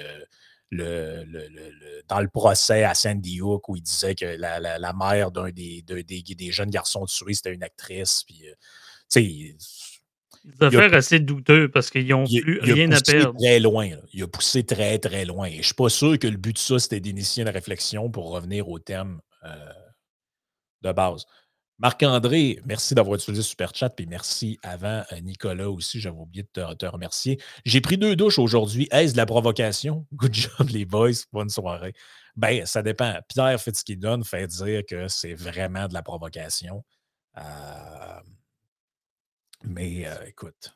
S2: dans le procès à Sandy Hook où il disait que la mère d'un des jeunes garçons tués, c'était une actrice. Puis, tu sais,
S1: Des
S2: il a,
S1: affaires assez douteuses parce qu'ils n'ont plus
S2: il a
S1: rien à
S2: poussé
S1: perdre.
S2: très loin, là. Il a poussé très, très loin. Et je ne suis pas sûr que le but de ça, c'était d'initier une réflexion pour revenir au thème de base. Marc-André, merci d'avoir utilisé Super Chat, puis merci avant Nicolas aussi, j'avais oublié de te remercier. J'ai pris 2 douches aujourd'hui. Est-ce de la provocation? Good job, les boys. Bonne soirée. Ben, ça dépend. Pierre Fitzgibbon fait dire que c'est vraiment de la provocation. Euh, mais écoute,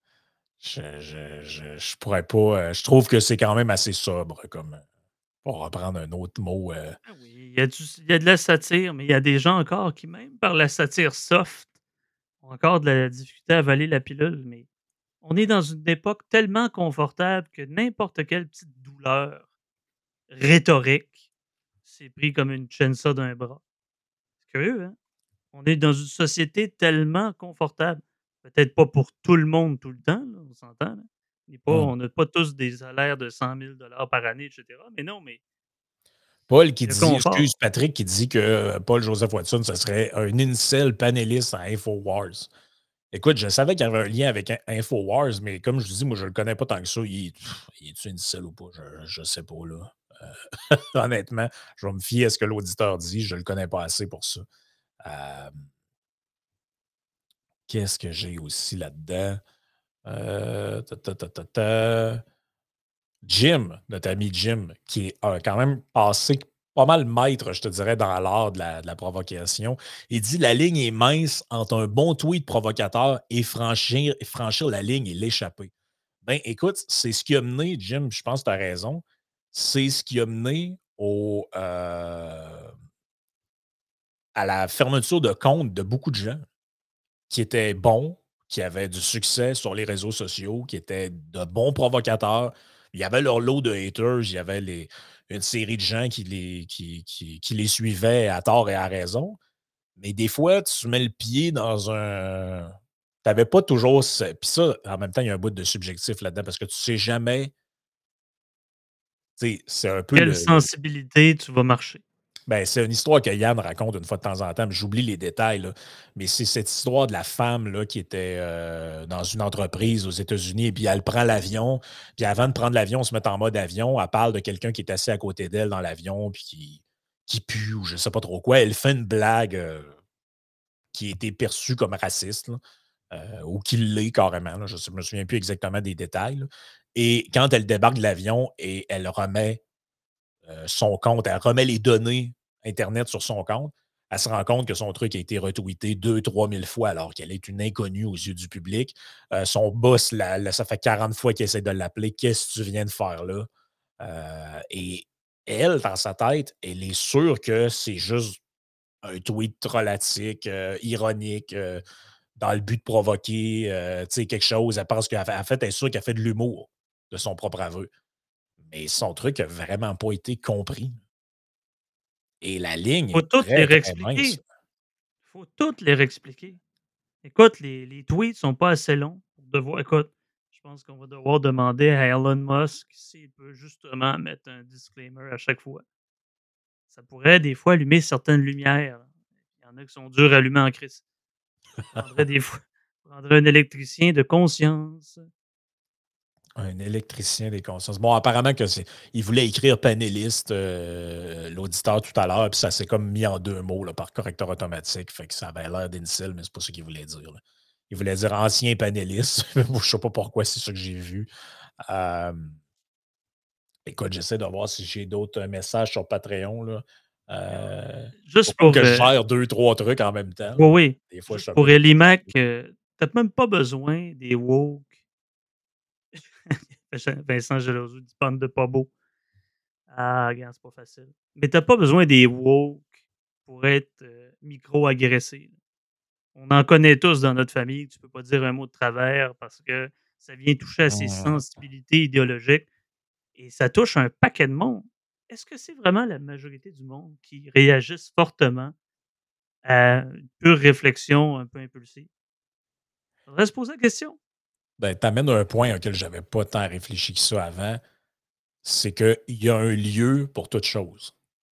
S2: je pourrais pas. Je trouve que c'est quand même assez sobre, comme pour reprendre un autre mot.
S1: Ah oui, il y a de la satire, mais il y a des gens encore qui, même par la satire soft, ont encore de la difficulté à avaler la pilule. Mais on est dans une époque tellement confortable que n'importe quelle petite douleur rhétorique, c'est pris comme une chainsaw d'un bras. C'est curieux, hein? On est dans une société tellement confortable. Peut-être pas pour tout le monde tout le temps, là, on s'entend, là.
S2: Hum.
S1: On n'a pas tous des salaires de 100 000 $ par année, et cetera. Mais non, mais
S2: Paul qui
S1: le
S2: dit, excuse
S1: confort.
S2: Patrick, qui dit que Paul Joseph Watson, ce serait un incel panéliste à InfoWars. Écoute, je savais qu'il y avait un lien avec InfoWars, mais comme je dis, moi, je le connais pas tant que ça. Il est-tu incel ou pas? Je sais pas, là. Honnêtement, je vais me fier à ce que l'auditeur dit. Je le connais pas assez pour ça. Euh, Qu'est-ce que j'ai aussi là-dedans? Ta, ta, ta, ta, ta. Jim, notre ami Jim, qui est quand même passé pas mal maître, je te dirais, dans l'art de la provocation. Il dit la ligne est mince entre un bon tweet provocateur et franchir la ligne et l'échapper. Ben, écoute, c'est ce qui a mené, Jim, je pense que tu as raison, c'est ce qui a mené à la fermeture de compte de beaucoup de gens qui étaient bons, qui avaient du succès sur les réseaux sociaux, qui étaient de bons provocateurs. Il y avait leur lot de haters, il y avait une série de gens qui les suivaient à tort et à raison. Mais des fois, tu mets le pied dans un. Tu n'avais pas toujours. Puis ça, en même temps, il y a un bout de subjectif là-dedans parce que tu sais jamais. Tu sais, c'est un peu
S1: Quelle
S2: le.
S1: sensibilité tu vas marcher.
S2: Ben, c'est une histoire que Yann raconte une fois de temps en temps, mais j'oublie les détails, là. Mais c'est cette histoire de la femme là, qui était dans une entreprise aux États-Unis, et puis elle prend l'avion, puis avant de prendre l'avion, se met en mode avion, elle parle de quelqu'un qui est assis à côté d'elle dans l'avion, puis qui pue, ou je ne sais pas trop quoi. Elle fait une blague qui a été perçue comme raciste, là, ou qui l'est carrément. Là. Je ne me souviens plus exactement des détails. Là. Et quand elle débarque de l'avion et elle remet son compte, elle remet les données Internet sur son compte, elle se rend compte que son truc a été retweeté 2 000 à 3 000 fois alors qu'elle est une inconnue aux yeux du public. Son boss, ça fait 40 fois qu'il essaie de l'appeler. Qu'est-ce que tu viens de faire là? Et elle, dans sa tête, elle est sûre que c'est juste un tweet trollatique, ironique, dans le but de provoquer quelque chose. Elle pense qu'en fait, elle est sûre qu'elle fait de l'humour de son propre aveu. Mais son truc n'a vraiment pas été compris. Et la ligne
S1: Faut
S2: est
S1: toutes les
S2: très, très mince.
S1: réexpliquer. Faut toutes les réexpliquer. Écoute, les tweets sont pas assez longs pour devoir écoute, je pense qu'on va devoir demander à Elon Musk s'il peut justement mettre un disclaimer à chaque fois. Ça pourrait des fois allumer certaines lumières. Il y en a qui sont dures à allumer en crise. Prendrait des fois prendrait un électricien de conscience.
S2: Un électricien des consciences. Bon, apparemment que il voulait écrire panéliste, l'auditeur tout à l'heure, puis ça s'est comme mis en deux mots là, par correcteur automatique. Fait que ça avait l'air d'incel, mais c'est pas ça qu'il voulait dire, là. Il voulait dire ancien panéliste. Je sais pas pourquoi, c'est ça que j'ai vu. Euh, Écoute, j'essaie de voir si j'ai d'autres messages sur Patreon, là.
S1: Alors,
S2: Faut
S1: juste
S2: comme
S1: pour,
S2: que je gère deux, trois trucs en même temps, là.
S1: oui, oui,
S2: Des fois, je
S1: juste
S2: suis un
S1: pour
S2: peu
S1: Elimac,
S2: déconcentré.
S1: t'as même pas besoin des woke. Vincent Geloso dit bande de pas beau. Ah, regarde, c'est pas facile. Mais t'as pas besoin des woke pour être micro-agressé. On en connaît tous dans notre famille. Tu peux pas dire un mot de travers parce que ça vient toucher à ses
S2: Hum.
S1: sensibilités idéologiques et ça touche un paquet de monde. Est-ce que c'est vraiment la majorité du monde qui réagissent fortement à une pure réflexion un peu impulsive? Faudrait se poser la question.
S2: Ben, t'amènes un point auquel j'avais pas tant réfléchi que ça avant. C'est qu'il y a un lieu pour toute chose.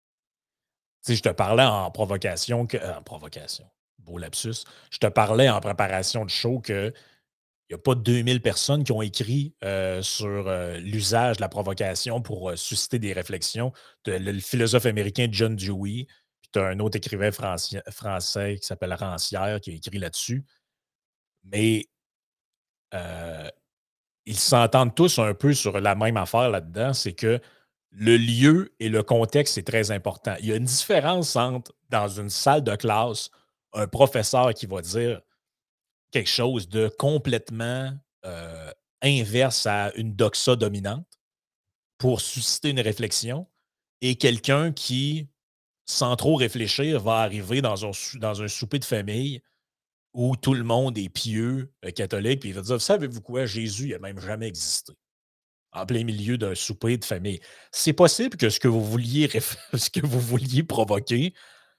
S2: Tu sais, je te parlais en provocation, en provocation, beau lapsus. Je te parlais en préparation de show que il n'y a pas 2000 personnes qui ont écrit sur l'usage de la provocation pour susciter des réflexions. Tu as le philosophe américain John Dewey, puis tu as un autre écrivain français qui s'appelle Rancière qui a écrit là-dessus. Mais euh, ils s'entendent tous un peu sur la même affaire là-dedans, c'est que le lieu et le contexte, c'est très important. Il y a une différence entre, dans une salle de classe, un professeur qui va dire quelque chose de complètement euh, inverse à une doxa dominante pour susciter une réflexion et quelqu'un qui, sans trop réfléchir, va arriver dans un souper de famille où tout le monde est pieux, catholique, puis il va dire, savez-vous quoi, Jésus, il n'a même jamais existé en plein milieu d'un souper de famille. C'est possible que ce que vous vouliez, ce que vous vouliez provoquer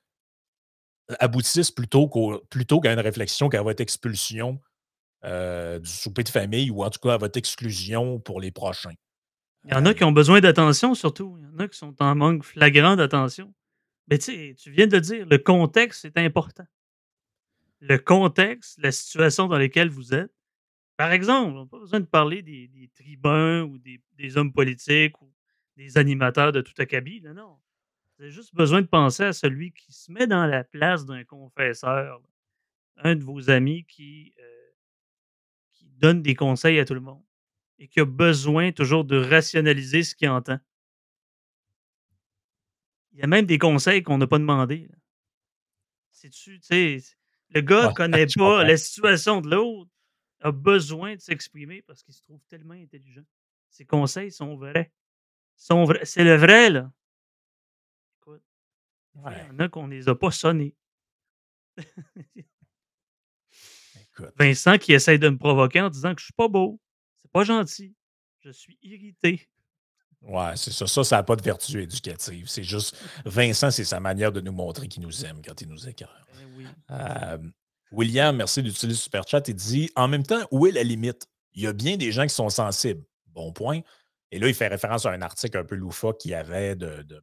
S2: aboutisse plutôt qu'à une réflexion, qu'à votre expulsion du souper de famille ou en tout cas à votre exclusion pour les prochains.
S1: Il y en
S2: Euh,
S1: a qui ont besoin d'attention surtout. Il y en a qui sont en manque flagrant d'attention. Mais tu sais, tu viens de le dire, le contexte est important. Le contexte, la situation dans laquelle vous êtes. Par exemple, on n'a pas besoin de parler des tribuns ou des hommes politiques ou des animateurs de tout acabit. Non, non. Vous avez juste besoin de penser à celui qui se met dans la place d'un confesseur, un de vos amis qui donne des conseils à tout le monde et qui a besoin toujours de rationaliser ce qu'il entend. Il y a même des conseils qu'on n'a pas demandé. Tu sais, le gars
S2: ouais,
S1: connaît
S2: je
S1: pas
S2: comprends.
S1: la situation de l'autre, a besoin de s'exprimer parce qu'il se trouve tellement intelligent. Ses conseils sont vrais. Sont vrais. C'est le vrai, là. Écoute, des fois, il y
S2: Ouais,
S1: en a qu'on les a pas sonnés.
S2: écoute.
S1: Vincent qui essaie de me provoquer en disant que je suis pas beau. C'est pas gentil. Je suis irrité.
S2: Ouais, c'est ça. Ça n'a pas de vertu éducative. C'est juste, Vincent, c'est sa manière de nous montrer qu'il nous aime quand il nous écœure.
S1: Ben oui.
S2: Euh, William, merci d'utiliser le super chat. Il dit en même temps, où est la limite? Il y a bien des gens qui sont sensibles. Bon point. Et là, il fait référence à un article un peu loufoque qu'il y avait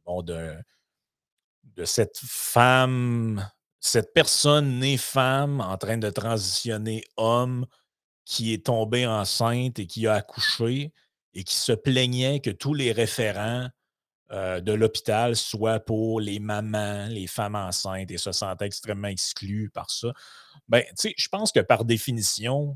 S2: de cette femme, cette personne née femme en train de transitionner homme qui est tombée enceinte et qui a accouché et qui se plaignait que tous les référents de l'hôpital soient pour les mamans, les femmes enceintes et se sentait extrêmement exclu par ça. Ben, tu sais, je pense que par définition,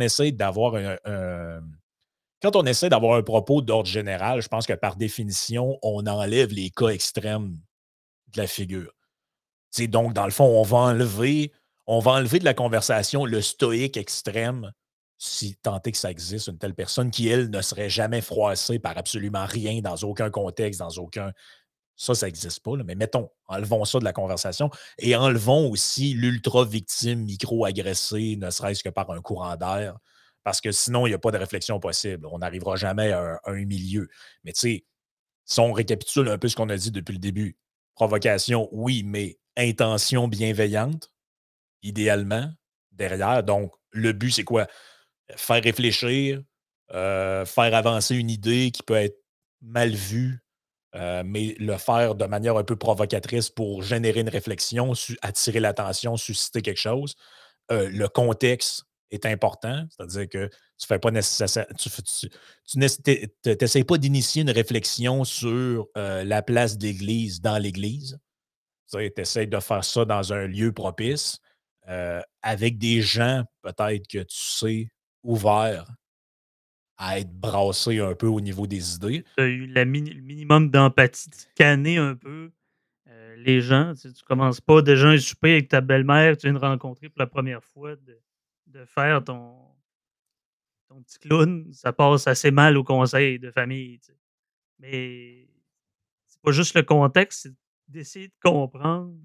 S2: quand on essaie d'avoir un propos d'ordre général, je pense que par définition, on enlève les cas extrêmes de la figure. Tu sais, donc, dans le fond, on va enlever de la conversation le stoïque extrême, si tant est que ça existe, une telle personne qui, elle, ne serait jamais froissée par absolument rien, dans aucun contexte, dans aucun. Ça n'existe pas, là, mais mettons, enlevons ça de la conversation et enlevons aussi l'ultra-victime micro-agressée, ne serait-ce que par un courant d'air, parce que sinon, il n'y a pas de réflexion possible. On n'arrivera jamais à un milieu. Mais tu sais, si on récapitule un peu ce qu'on a dit depuis le début, provocation, oui, mais intention bienveillante, idéalement, derrière. Donc, le but, c'est quoi? Faire réfléchir, faire avancer une idée qui peut être mal vue, mais le faire de manière un peu provocatrice pour générer une réflexion, attirer l'attention, susciter quelque chose. Le contexte est important, c'est-à-dire que Tu fais pas nécessaire, tu n'essayes pas d'initier une réflexion sur la place de l'Église dans l'Église. Tu essaies de faire ça dans un lieu propice, avec des gens peut-être que tu sais ouverts à être brassés un peu au niveau des idées.
S1: Tu as eu le minimum d'empathie, de scanner un peu les gens. Tu commences pas déjà un souper avec ta belle-mère que tu viens de rencontrer pour la première fois, de faire ton petit clown. Ça passe assez mal au conseil de famille. Mais c'est pas juste le contexte, c'est d'essayer de comprendre,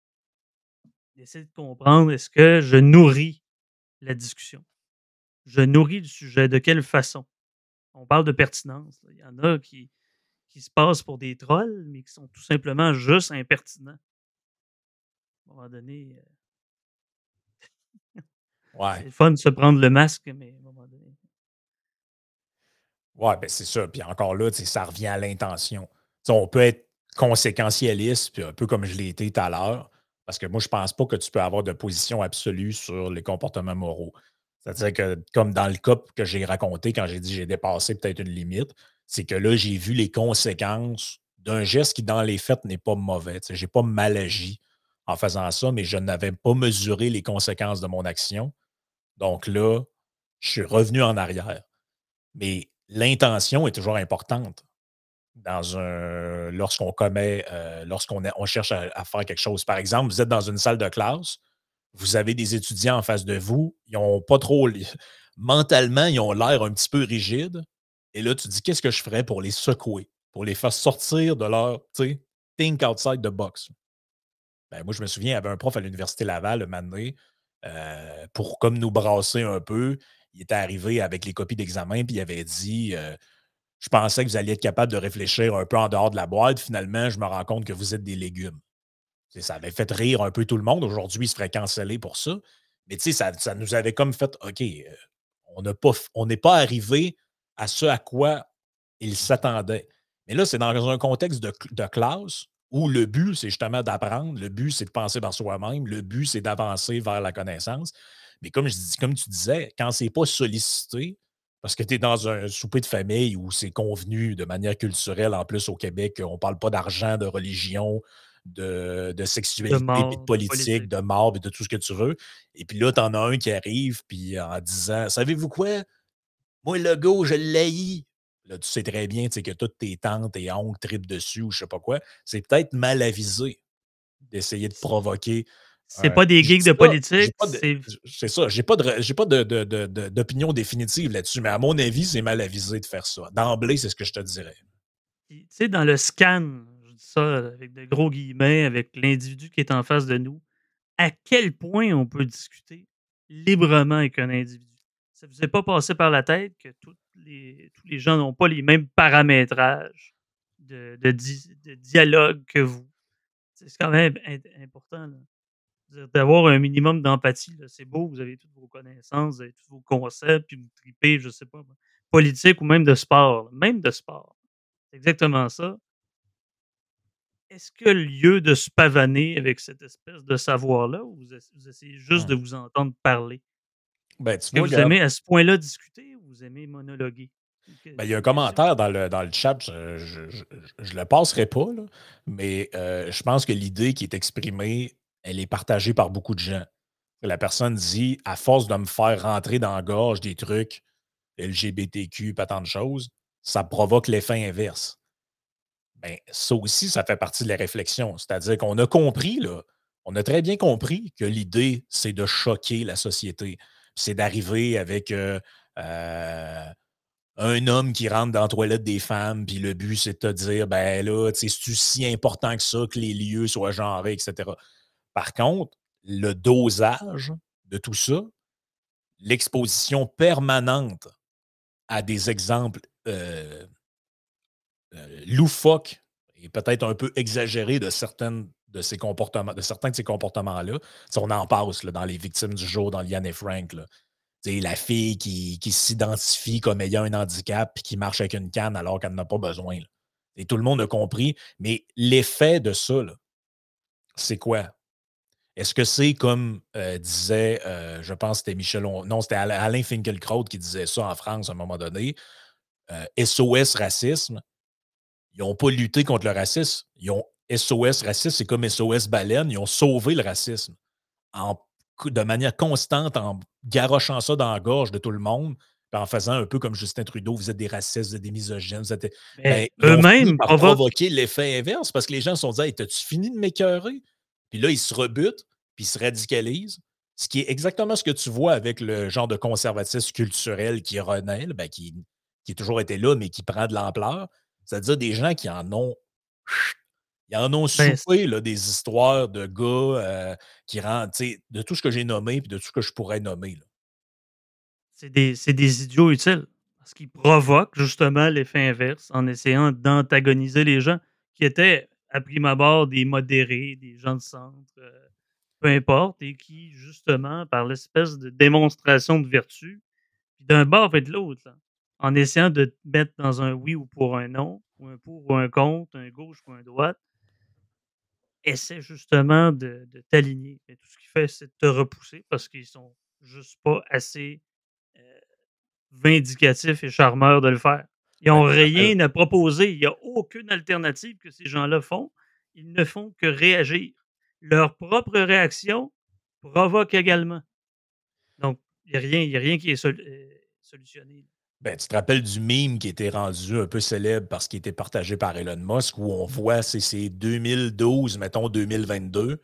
S1: est-ce que je nourris la discussion? Je nourris le sujet, de quelle façon? On parle de pertinence. Il y en a qui se passent pour des trolls, mais qui sont tout simplement juste impertinents. À un moment donné, c'est
S2: Ouais.
S1: le fun de se prendre le masque, mais à un moment donné.
S2: Ouais, ben c'est ça. Puis encore là, ça revient à l'intention. On peut être conséquentialiste, puis un peu comme je l'ai été tout à l'heure, parce que moi, je pense pas que tu peux avoir de position absolue sur les comportements moraux. C'est-à-dire que, comme dans le cas que j'ai raconté quand j'ai dit j'ai dépassé peut-être une limite, c'est que là, j'ai vu les conséquences d'un geste qui, dans les faits, n'est pas mauvais. Je n'ai pas mal agi en faisant ça, mais je n'avais pas mesuré les conséquences de mon action. Donc là, je suis revenu en arrière. Mais l'intention est toujours importante lorsqu'on commet, on cherche à faire quelque chose. Par exemple, vous êtes dans une salle de classe, vous avez des étudiants en face de vous, ils ont pas trop. Mentalement, ils ont l'air un petit peu rigides. Et là, tu dis, qu'est-ce que je ferais pour les secouer, pour les faire sortir de leur, think outside the box. Ben, moi, je me souviens, il y avait un prof à l'Université Laval, le donné, pour comme nous brasser un peu. Il était arrivé avec les copies d'examen, puis il avait dit je pensais que vous alliez être capable de réfléchir un peu en dehors de la boîte. Finalement, je me rends compte que vous êtes des légumes. Ça avait fait rire un peu tout le monde. Aujourd'hui, il se ferait canceller pour ça. Mais ça nous avait comme fait OK, on n'est pas arrivé à ce à quoi il s'attendait. Mais là, c'est dans un contexte de classe où le but, c'est justement d'apprendre. Le but, c'est de penser par soi-même. Le but, c'est d'avancer vers la connaissance. Mais comme tu disais, quand c'est pas sollicité, parce que tu es dans un souper de famille où c'est convenu de manière culturelle, en plus au Québec, on ne parle pas d'argent, de religion, de
S1: De
S2: sexualité, puis de
S1: mort, de
S2: politique,
S1: politique.
S2: de mort, puis de tout ce que tu veux. Et puis là, tu en as un qui arrive, puis en disant savez-vous quoi? Moi, le go, je l'haïs. Là, tu sais très bien que toutes tes tantes et oncles tripent dessus ou je sais pas quoi. C'est peut-être mal avisé d'essayer de provoquer
S1: C'est pas des
S2: je
S1: geeks
S2: dis
S1: de
S2: ça, j'ai
S1: politique,
S2: pas de
S1: c'est
S2: c'est ça, j'ai pas d'opinion définitive là-dessus, mais à mon avis, c'est mal avisé de faire ça. D'emblée, c'est ce que je te dirais.
S1: tu sais, dans le scan, je dis ça avec de gros guillemets, avec l'individu qui est en face de nous, à quel point on peut discuter librement avec un individu. Ça ne vous est pas passé par la tête que tous les gens n'ont pas les mêmes paramétrages de dialogue que vous. C'est quand même important là. D'avoir un minimum d'empathie. C'est beau, vous avez toutes vos connaissances, vous avez tous vos concepts, puis vous tripez, je sais pas, politique ou même de sport. Même de sport. C'est exactement ça. Est-ce qu'il y a lieu de se pavaner avec cette espèce de savoir-là ou vous essayez juste
S2: Mmh.
S1: de vous entendre parler?
S2: Ben,
S1: Est-ce
S2: tu
S1: que
S2: vois,
S1: vous
S2: regarde,
S1: aimez à ce point-là discuter ou vous aimez monologuer?
S2: ben, il y a un
S1: Question.
S2: commentaire dans le chat, je le passerai pas, là, mais je pense que l'idée qui est exprimée, elle est partagée par beaucoup de gens. La personne dit à force de me faire rentrer dans la gorge des trucs LGBTQ, pas tant de choses, ça provoque l'effet inverse. Ben, ça aussi, ça fait partie de la réflexion. C'est-à-dire qu'on a compris, là, on a très bien compris que l'idée, c'est de choquer la société. C'est d'arriver avec un homme qui rentre dans la toilette des femmes, puis le but, c'est de te dire, ben là, tu sais, c'est si important que ça, que les lieux soient genrés, etc. Par contre, le dosage de tout ça, l'exposition permanente à des exemples loufoques et peut-être un peu exagérés de certains de ces comportements-là. Si on en passe là, dans les victimes du jour, dans Liane et Frank. Là. La fille qui s'identifie comme ayant un handicap et qui marche avec une canne alors qu'elle n'en a pas besoin. Là. Et tout le monde a compris. Mais l'effet de ça, là, c'est quoi? Est-ce que c'est comme disait, je pense que c'était non, c'était Alain Finkielkraut qui disait ça en France à un moment donné, SOS racisme, ils n'ont pas lutté contre le racisme, ils ont SOS racisme, c'est comme SOS baleine, ils ont sauvé le racisme en de manière constante, en garochant ça dans la gorge de tout le monde, puis en faisant un peu comme Justin Trudeau: «Vous êtes des racistes, vous êtes des misogynes, vous êtes» ben,
S1: Mais
S2: ils ont fini
S1: eux-mêmes
S2: par
S1: provoquent.
S2: provoquer l'effet inverse parce que les gens se sont dit: «Hey, t'as-tu fini de m'écœurer?» Puis là, ils se rebutent, puis ils se radicalisent. Ce qui est exactement ce que tu vois avec le genre de conservatisme culturel qui renaît, là, ben, qui a toujours été là, mais qui prend de l'ampleur. C'est-à-dire des gens qui en ont ils en ont
S1: Ben,
S2: soupé là, des histoires de gars qui rendent, tu sais, de tout ce que j'ai nommé puis de tout ce que je pourrais nommer. Là.
S1: c'est des idiots utiles. Parce qu'ils provoquent justement l'effet inverse en essayant d'antagoniser les gens qui étaient, à prime abord, des modérés, des gens de centre, peu importe, et qui, justement, par l'espèce de démonstration de vertu, puis d'un bord et de l'autre, là, en essayant de te mettre dans un oui ou pour un non, ou un pour ou un contre, un gauche ou un droite, essaie justement de t'aligner. Mais tout ce qu'il fait, c'est de te repousser parce qu'ils sont juste pas assez vindicatifs et charmeurs de le faire. Ils
S2: Ben,
S1: n'ont
S2: tu te rappelles
S1: rien à proposer. Il n'y a aucune alternative que ces gens-là font. Ils ne font que réagir. Leur propre réaction provoque également. Donc, il y a rien qui est solutionné.
S2: tu te rappelles du meme qui était rendu un peu célèbre parce qu'il était partagé par Elon Musk où on voit, c'est 2012, mettons 2022,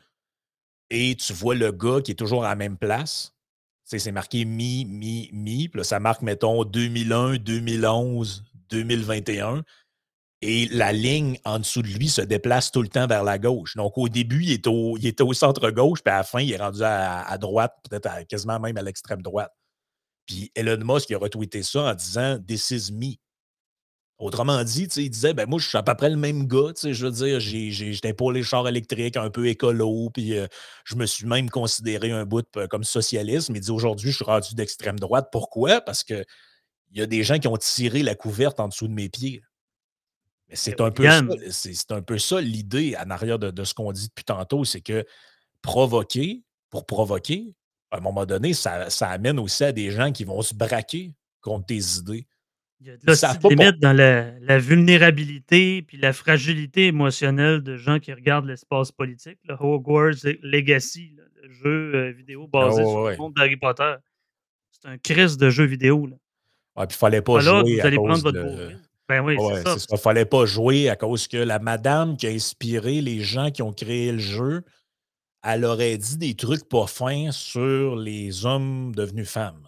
S2: et tu vois le gars qui est toujours à la même place. Tu sais, c'est marqué mi, puis là, ça marque, mettons, 2001, 2011, 2021. Et la ligne en dessous de lui se déplace tout le temps vers la gauche. Donc, au début, il était au centre-gauche, puis à la fin, il est rendu à droite, peut-être quasiment même à l'extrême droite. Puis Elon Musk il a retweeté ça en disant This is me. Autrement dit, il disait ben moi, je suis à peu près le même gars. Je veux dire, j'étais pour les chars électriques, un peu écolo, puis je me suis même considéré un bout comme socialiste. Mais il dit aujourd'hui, je suis rendu d'extrême droite. Pourquoi? Parce que il y a des gens qui ont tiré la couverte en dessous de mes pieds. Mais
S1: Mais
S2: c'est
S1: William,
S2: c'est un peu ça l'idée en arrière de ce qu'on dit depuis tantôt, c'est que provoquer pour provoquer, à un moment donné, ça amène aussi à des gens qui vont se braquer contre tes idées.
S1: il y a de
S2: Ils
S1: là
S2: savent
S1: de
S2: pas
S1: limite dans la vulnérabilité puis la fragilité émotionnelle de gens qui regardent l'espace politique. Le Hogwarts Legacy, là, le jeu vidéo
S2: ah
S1: basé
S2: ouais,
S1: sur le
S2: ouais.
S1: monde d'Harry Potter. C'est un Christ de jeu vidéo. Là.
S2: Ouais, puis il fallait pas
S1: Pas là que
S2: jouer
S1: vous
S2: à
S1: allez prendre
S2: cause
S1: votre
S2: de
S1: beauville. Ben oui, c'est
S2: ouais,
S1: ça.
S2: c'est ça. Fallait pas jouer à cause que la madame qui a inspiré les gens qui ont créé le jeu, elle aurait dit des trucs pas fins sur les hommes devenus femmes.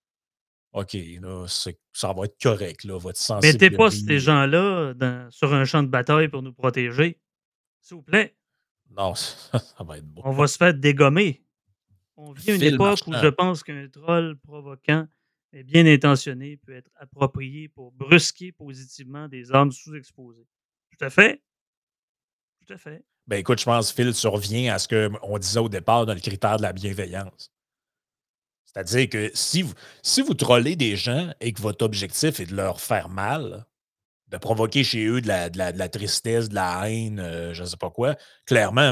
S2: OK, là, ça va être correct, là, votre
S1: Mettez pas ces
S2: sensiblerie.
S1: gens-là sur un champ de bataille pour nous protéger. S'il vous plaît.
S2: Non, ça va être beau.
S1: On va se faire dégommer. On vit à une
S2: Phil
S1: époque où je
S2: Marchand.
S1: pense qu'un troll provoquant et bien intentionné peut être approprié pour brusquer positivement des âmes sous-exposées. Tout à fait. Tout à fait.
S2: Ben écoute, je pense, Phil, tu reviens à ce qu'on disait au départ dans le critère de la bienveillance. C'est-à-dire que si vous trollez des gens et que votre objectif est de leur faire mal, de provoquer chez eux de la tristesse, de la haine, je ne sais pas quoi, clairement,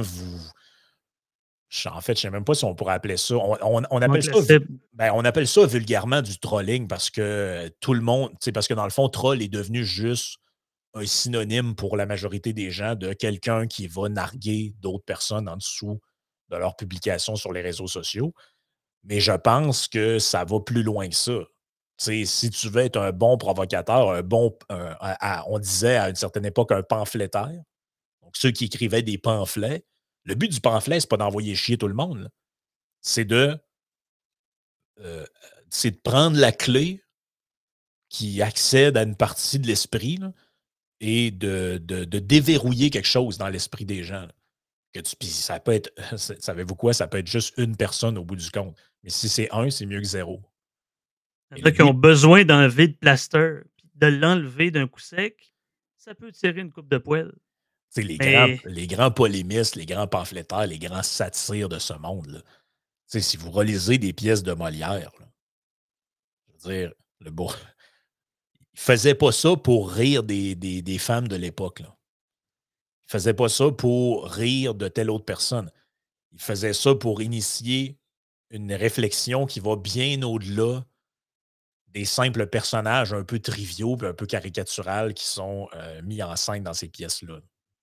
S2: en fait, je ne sais même pas si on pourrait appeler ça. On appelle
S1: Manque la
S2: ça,
S1: cible.
S2: on appelle ça vulgairement du trolling parce que tout le monde, tu sais, parce que dans le fond, troll est devenu juste un synonyme pour la majorité des gens de quelqu'un qui va narguer d'autres personnes en dessous de leurs publications sur les réseaux sociaux. Mais je pense que ça va plus loin que ça. Tu sais, si tu veux être un bon provocateur, on disait à une certaine époque un pamphlétaire, donc ceux qui écrivaient des pamphlets, le but du pamphlet, c'est pas d'envoyer chier tout le monde, là. C'est euh, c'est de prendre la clé qui accède à une partie de l'esprit là, et de déverrouiller quelque chose dans l'esprit des gens. Là. Puis ça peut être, savez-vous quoi, ça peut être juste une personne au bout du compte. Mais si c'est un, c'est mieux que zéro.
S1: Il
S2: Et
S1: y en
S2: le
S1: a qui ont
S2: but,
S1: besoin d'enlever le plaster, puis de l'enlever d'un coup sec. Ça peut tirer une coupe de poêle.
S2: c'est
S1: Mais
S2: les grands polémistes, les grands pamphlétaires, les grands satires de ce monde-là. Tu sais, si vous relisez des pièces de Molière, là, je veux dire, le beau, il faisait pas ça pour rire des femmes de l'époque. Là. Il faisait pas ça pour rire de telle autre personne. Il faisait ça pour initier une réflexion qui va bien au-delà des simples personnages un peu triviaux et un peu caricaturales qui sont mis en scène dans ces pièces-là.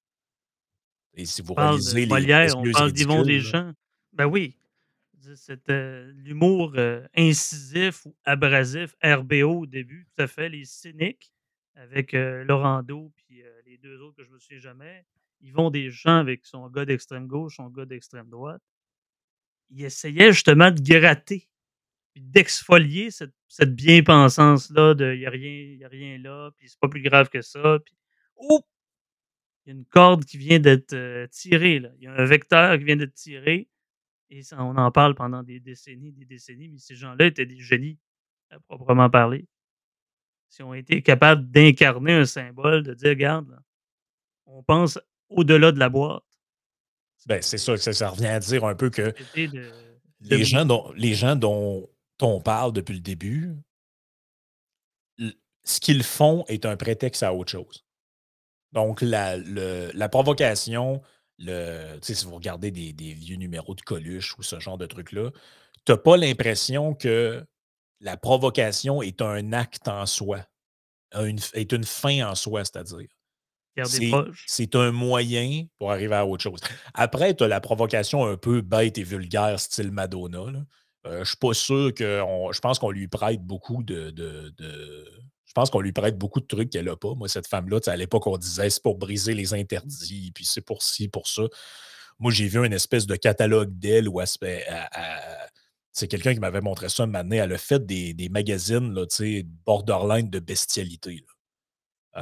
S2: Et si
S1: On
S2: vous
S1: parle de
S2: relisez les
S1: Molière,
S2: pièces
S1: on
S2: Vieux et
S1: parle d'Yvon
S2: ridicules, là,
S1: Deschamps. Ben oui, je veux dire, c'était l'humour, incisif ou abrasif, RBO au début, tout à fait, les cyniques avec, Laurando puis, les 2 autres que je me souviens jamais. Yvon Deschamps avec son gars d'extrême gauche, son gars d'extrême droite. Il essayait justement de gratter, puis d'exfolier cette bien-pensance-là de il y a rien là, puis c'est pas plus grave que ça, puis oups! Il y a une corde qui vient d'être, tirée là. Il y a un vecteur qui vient d'être tiré et ça on en parle pendant des décennies, mais ces gens-là étaient des génies à proprement parler. Ils ont été capables d'incarner un symbole, de dire: «Regarde là, on pense au-delà de la boîte».
S2: ben, c'est ça, ça revient à dire un peu que
S1: Société de mouvement.
S2: les gens dont on parle depuis le début, l ce qu'ils font est un prétexte à autre chose. Donc la provocation, tu sais, si vous regardez des vieux numéros de Coluche ou ce genre de trucs-là, tu as pas l'impression que la provocation est un acte en soi, est une fin en soi, c'est-à-dire.
S1: Garder
S2: C'est
S1: proche.
S2: c'est un moyen pour arriver à autre chose. Après, tu as la provocation un peu bête et vulgaire, style Madonna, là. Je suis pas sûr je pense qu'on lui prête beaucoup je pense qu'on lui prête beaucoup de trucs qu'elle a pas. Moi, cette femme-là, tu sais, à l'époque, on disait: «C'est pour briser les interdits, puis c'est pour ci, pour ça». Moi, j'ai vu une espèce de catalogue d'elle où c'est quelqu'un qui m'avait montré ça un moment donné. Elle a fait des magazines, là, tu sais, borderline de bestialité, là.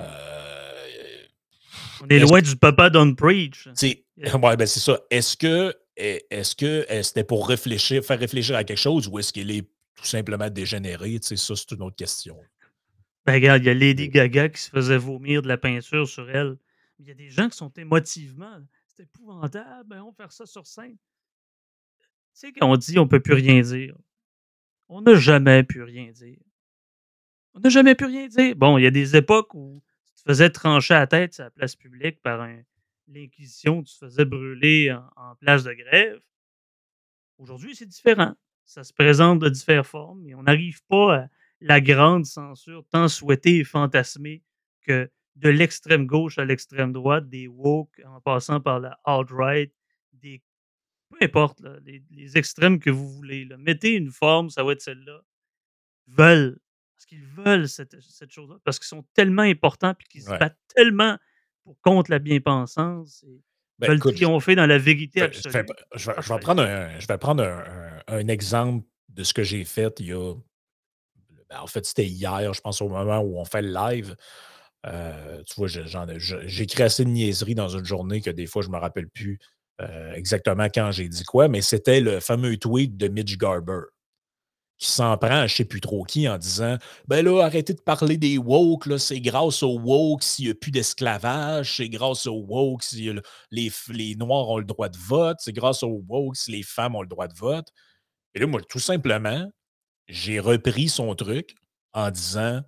S1: On est
S2: Est-ce
S1: loin du papa don't preach.
S2: c'est
S1: Heu,
S2: ouais, ben, c'est ça. Est-ce que c'était pour faire réfléchir à quelque chose ou est-ce qu'elle est tout simplement dégénérée? Tu sais, ça, c'est une autre question.
S1: ben, regarde, il y a Lady
S2: Mais
S1: Gaga qui se faisait vomir de la peinture sur elle. Il y a des gens qui sont émotivement: «C'est épouvantable, ben, on faire ça sur scène». Tu sais, quand on dit: «On peut plus rien dire», on n'a jamais pu rien dire. On n'a jamais pu rien dire. Bon, il y a des époques où tu te faisais trancher la tête sur la place publique par l'Inquisition, tu te faisais brûler en place de grève. Aujourd'hui, c'est différent. Ça se présente de diverses formes et on n'arrive pas à la grande censure tant souhaitée et fantasmée que de l'extrême gauche à l'extrême droite, des woke en passant par la alt-right, des peu importe là, les extrêmes que vous voulez là. Mettez une forme, ça va être celle-là. Veulent, parce qu'ils veulent cette chose-là, parce qu'ils sont tellement importants puis qu'ils se
S2: ouais.
S1: battent tellement contre la bien-pensance et
S2: Ben,
S1: veulent
S2: écoute,
S1: triompher dans la vérité
S2: je vais
S1: absolue.
S2: je vais
S1: Parfait.
S2: prendre un exemple de ce que j'ai fait il y a ben, en fait, c'était hier, je pense, au moment où on fait le live. Tu vois, j'écris assez de niaiseries dans une journée que des fois, je ne me rappelle plus exactement quand j'ai dit quoi, mais c'était le fameux tweet de Mitch Garber qui s'en prend à je ne sais plus trop qui en disant: «Ben là, arrêtez de parler des woke, là, c'est grâce aux woke s'il n'y a plus d'esclavage, c'est grâce aux woke si les Noirs ont le droit de vote, c'est grâce aux woke si les femmes ont le droit de vote». Et là, moi, tout simplement, j'ai repris son truc en disant: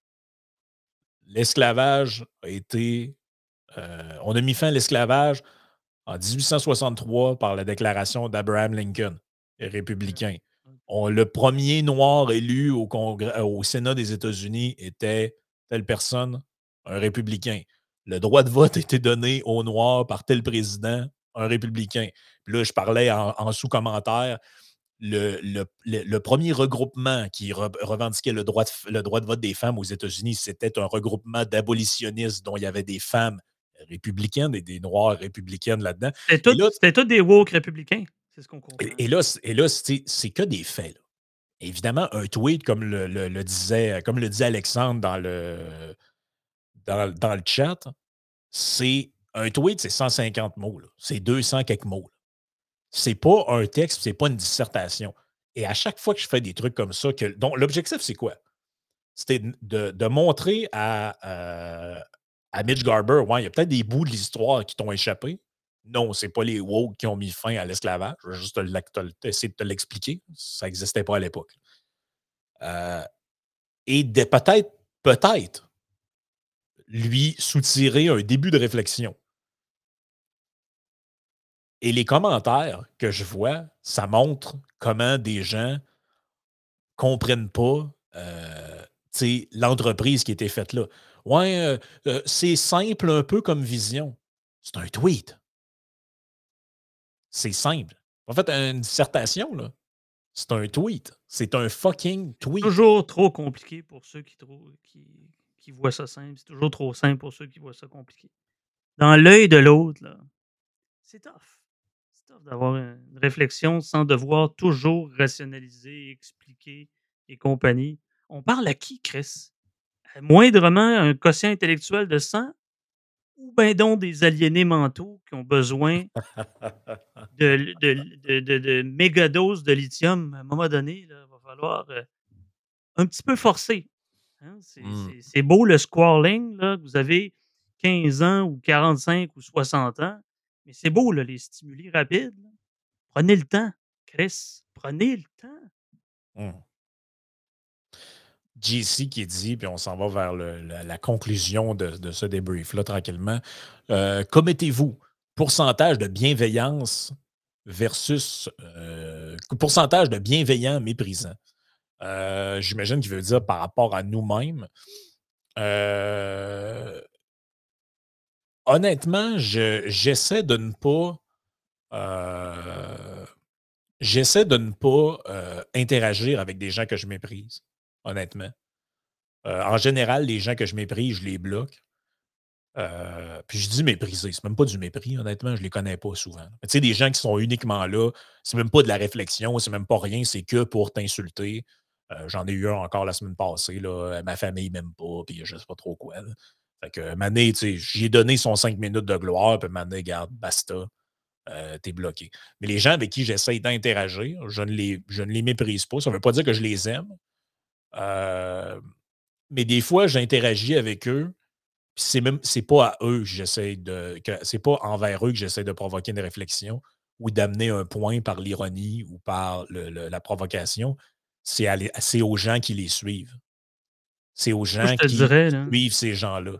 S2: «L'esclavage a été, on a mis fin à l'esclavage en 1863 par la déclaration d'Abraham Lincoln, républicain. Le premier noir élu au Sénat des États-Unis était telle personne, un républicain. Le droit de vote a été donné aux Noirs par tel président, un républicain. Puis là, je parlais en sous-commentaire. Le premier regroupement qui revendiquait le droit de vote des femmes aux États-Unis, c'était un regroupement d'abolitionnistes dont il y avait des femmes républicaines et des Noirs républicaines là-dedans. Et là,
S1: C'était tous des woke républicains, c'est ce qu'on comprend.
S2: c'est que des faits, là. Évidemment, un tweet, comme le disait Alexandre dans le chat, c'est un tweet, c'est 150 mots, là. C'est 200 quelques mots, là. C'est pas un texte, c'est pas une dissertation. Et à chaque fois que je fais des trucs comme ça, donc l'objectif, c'est quoi? C'était de montrer à Mitch Garber, ouais, il y a peut-être des bouts de l'histoire qui t'ont échappé. Non, c'est pas les woke qui ont mis fin à l'esclavage. Je vais juste essayer de te l'expliquer. Ça n'existait pas à l'époque. Euh, et de peut-être, lui soutirer un début de réflexion. Et les commentaires que je vois, ça montre comment des gens comprennent pas, l'entreprise qui a été faite là. Ouais, c'est simple un peu comme vision. C'est un tweet. C'est simple. En fait, une dissertation, là, c'est un tweet. C'est un fucking tweet.
S1: Toujours trop compliqué pour ceux qui voient ça simple. C'est toujours trop simple pour ceux qui voient ça compliqué. Dans l'œil de l'autre, là, c'est tough. C'est tough d'avoir une réflexion sans devoir toujours rationaliser, expliquer et compagnie. On parle à qui, Chris? Moindrement un quotient intellectuel de 100 ou ben donc des aliénés mentaux qui ont besoin de mégadoses de lithium. À un moment donné, il va falloir un petit peu forcer. Hein.
S2: Mmh.
S1: C'est beau le squalling, là, que vous avez 15 ans ou 45 ou 60 ans, mais c'est beau là, les stimuli rapides. Là. Prenez le temps, Chris. Prenez le temps.
S2: Mmh. JC qui dit, puis on s'en va vers la conclusion de ce débrief-là tranquillement. Commettez-vous pourcentage de bienveillance versus pourcentage de bienveillants méprisants. J'imagine qu'il veut dire par rapport à nous-mêmes. Euh, Honnêtement, j'essaie de ne pas. euh, J'essaie de ne pas interagir avec des gens que je méprise, honnêtement. En général, les gens que je méprise, je les bloque. Puis je dis mépriser, c'est même pas du mépris, honnêtement, je les connais pas souvent. Tu sais, des gens qui sont uniquement là, c'est même pas de la réflexion, c'est même pas rien, c'est que pour t'insulter. J'en ai eu un encore la semaine passée, là, ma famille m'aime pas, puis je sais pas trop quoi. Là. Fait que Mané, tu sais, j'ai donné son 5 minutes de gloire, puis Mané, garde, basta, t'es bloqué. Mais les gens avec qui j'essaie d'interagir, je ne les méprise pas. Ça veut pas dire que je les aime. Euh, mais des fois, j'interagis avec eux, c'est pas à eux que c'est pas envers eux que j'essaie de provoquer une réflexion ou d'amener un point par l'ironie ou par la provocation. C'est aux gens qui les suivent. C'est aux
S1: Moi, je
S2: gens
S1: te
S2: qui
S1: dirais, là,
S2: suivent ces gens-là.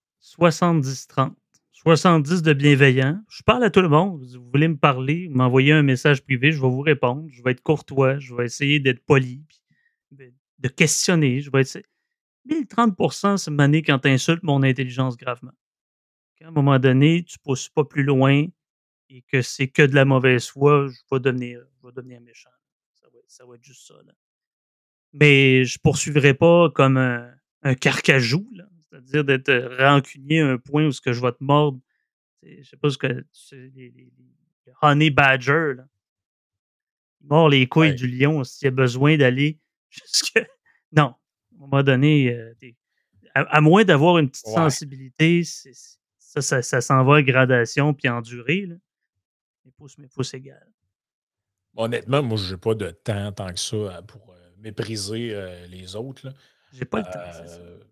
S1: 70-30. 70 de bienveillant. Je parle à tout le monde. Si vous voulez me parler, m'envoyer un message privé, je vais vous répondre. Je vais être courtois. Je vais essayer d'être poli. De questionner. Je vais essayer. 1030%, c'est mané quand tu insultes mon intelligence gravement. Quand à un moment donné, tu pousses pas plus loin et que c'est que de la mauvaise foi, je vais devenir méchant. Ça va être juste ça. Là. Mais je poursuivrai pas comme un carcajou, là. C'est-à-dire d'être rancunier à un point où ce que je vais te mordre. Je sais pas ce que c'est, les honey badger, là. Il mord les couilles
S2: Ouais.
S1: du lion s'il y a besoin d'aller jusque. Non. À un moment donné, à moins d'avoir une petite
S2: Ouais.
S1: sensibilité, ça s'en va à gradation puis en durée. Là. Mes pouces égales.
S2: Honnêtement, moi, je n'ai pas de temps tant que ça pour mépriser les autres. Là.
S1: J'ai pas le temps, c'est ça.
S2: Euh,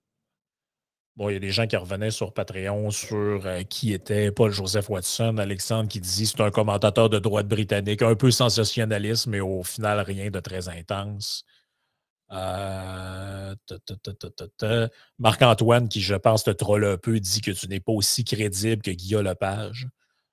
S2: Bon, il y a des gens qui revenaient sur Patreon sur qui était Paul-Joseph Watson, Alexandre qui dit c'est un commentateur de droite britannique, un peu sensationnaliste, mais au final, rien de très intense. Marc-Antoine, qui, je pense, te troll un peu, dit que tu n'es pas aussi crédible que Guillaume Lepage.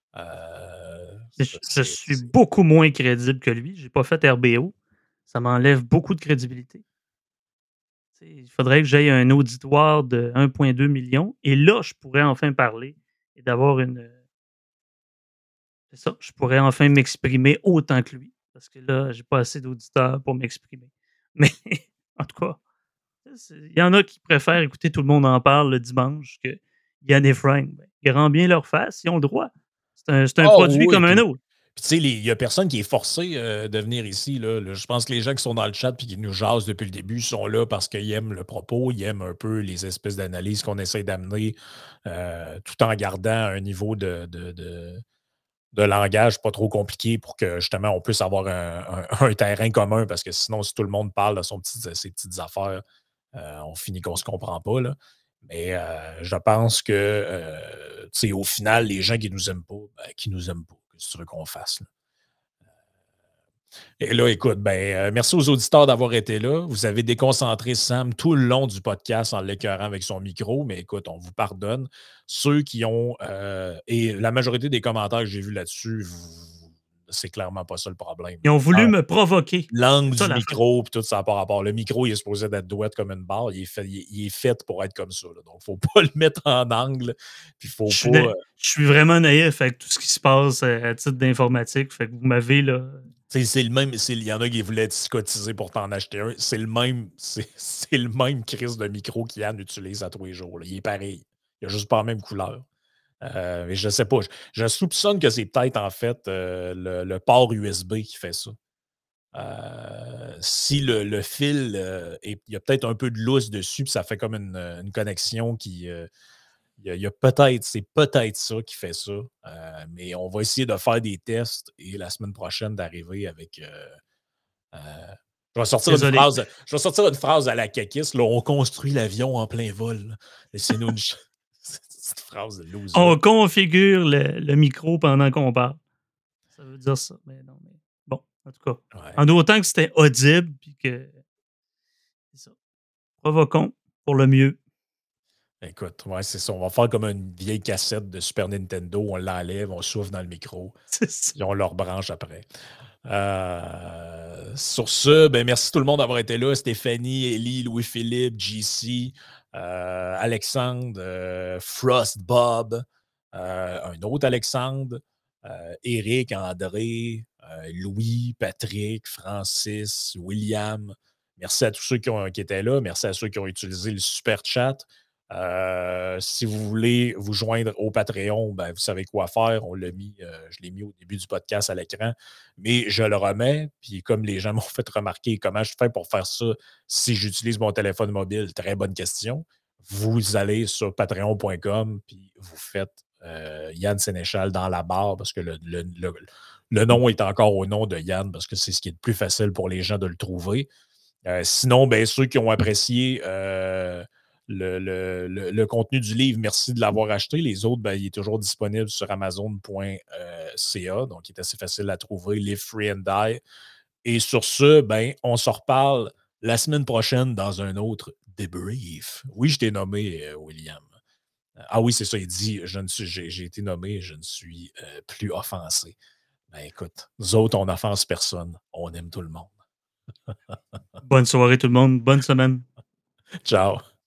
S2: Ça,
S1: Je suis beaucoup moins crédible que lui. J'ai pas fait RBO. Ça m'enlève beaucoup de crédibilité. Il faudrait que j'aie un auditoire de 1,2 million. Et là, je pourrais enfin parler et d'avoir une. C'est ça, je pourrais enfin m'exprimer autant que lui. Parce que là, j'ai pas assez d'auditeurs pour m'exprimer. Mais en tout cas, il y en a qui préfèrent écouter Tout le monde en parle le dimanche que Yann et Frank. Ben, ils rendent bien leur face, ils ont le droit. C'est un
S2: Ah
S1: produit
S2: oui,
S1: comme un
S2: puis
S1: autre.
S2: tu sais, il n'y a personne qui est forcé de venir ici. Là. Je pense que les gens qui sont dans le chat et qui nous jasent depuis le début sont là parce qu'ils aiment le propos, ils aiment un peu les espèces d'analyses qu'on essaie d'amener tout en gardant un niveau de langage pas trop compliqué pour que justement on puisse avoir un terrain commun parce que sinon, si tout le monde parle de ses petites affaires, on finit qu'on ne se comprend pas. Là. Mais je pense que au final, les gens qui nous aiment pas, ben, qui nous aiment pas. Qu'est-ce que tu veux qu'on fasse? Là? Et là, écoute, merci aux auditeurs d'avoir été là. Vous avez déconcentré Sam tout le long du podcast en l'écœurant avec son micro, mais écoute, on vous pardonne. Ceux qui ont, et la majorité des commentaires que j'ai vus là-dessus, c'est clairement pas ça le problème.
S1: Ils ont voulu me provoquer.
S2: L'angle
S1: C'est ça
S2: du
S1: l'affaire.
S2: micro, puis tout ça n'a pas rapport. Le micro, il est supposé d'être douette comme une barre. Il est fait pour être comme ça. Là. Donc, il ne faut pas le mettre en angle. Puis, il faut pas.
S1: Je suis vraiment naïf avec tout ce qui se passe à titre d'informatique. Fait que vous m'avez là.
S2: C'est le même. Il y en a qui voulaient être cotisés pour t'en acheter un. C'est le même. C'est le même crise de micro qu'Yann utilise à tous les jours. Là. Il est pareil. Il n'a juste pas la même couleur. Mais je ne sais pas. Je soupçonne que c'est peut-être en fait le port USB qui fait ça. Si le fil, il y a peut-être un peu de lousse dessus, puis ça fait comme une connexion qui. Il y a peut-être, c'est peut-être ça qui fait ça. Mais on va essayer de faire des tests et la semaine prochaine d'arriver avec. Je vais sortir une
S1: Désolé.
S2: phrase. Je vais sortir une phrase à la Kakis. Là, on construit l'avion en plein vol. Laissez-nous une cette phrase de loser.
S1: On configure le micro pendant qu'on parle. Ça veut dire ça. Mais non, mais bon, en tout cas.
S2: Ouais.
S1: En autant que c'était audible, puis que. C'est ça. Provoquons pour le mieux.
S2: Écoute, ouais, c'est ça. On va faire comme une vieille cassette de Super Nintendo. On l'enlève, on souffle dans le micro,
S1: C'est ça.
S2: puis on le rebranche après. Sur ce, merci tout le monde d'avoir été là. Stéphanie, Élie, Louis-Philippe, JC, Alexandre, Frost, Bob, un autre Alexandre, Éric, André, Louis, Patrick, Francis, William. Merci à tous ceux qui étaient là. Merci à ceux qui ont utilisé le super chat. Si vous voulez vous joindre au Patreon, vous savez quoi faire. On l'a mis, je l'ai mis au début du podcast à l'écran, mais je le remets. Puis comme les gens m'ont fait remarquer comment je fais pour faire ça si j'utilise mon téléphone mobile, très bonne question. Vous allez sur patreon.com puis vous faites Yann Sénéchal dans la barre parce que le nom est encore au nom de Yann parce que c'est ce qui est le plus facile pour les gens de le trouver. Sinon, ceux qui ont apprécié le contenu du livre, merci de l'avoir acheté. Les autres, il est toujours disponible sur amazon.ca, donc il est assez facile à trouver. Live Free and Die. Et sur ce, on se reparle la semaine prochaine dans un autre débrief. Oui, je t'ai nommé, William. Ah oui, c'est ça, il dit j'ai été nommé, je ne suis plus offensé. Écoute, nous autres, on n'offense personne. On aime tout le monde.
S1: Bonne soirée tout le monde. Bonne semaine.
S2: Ciao.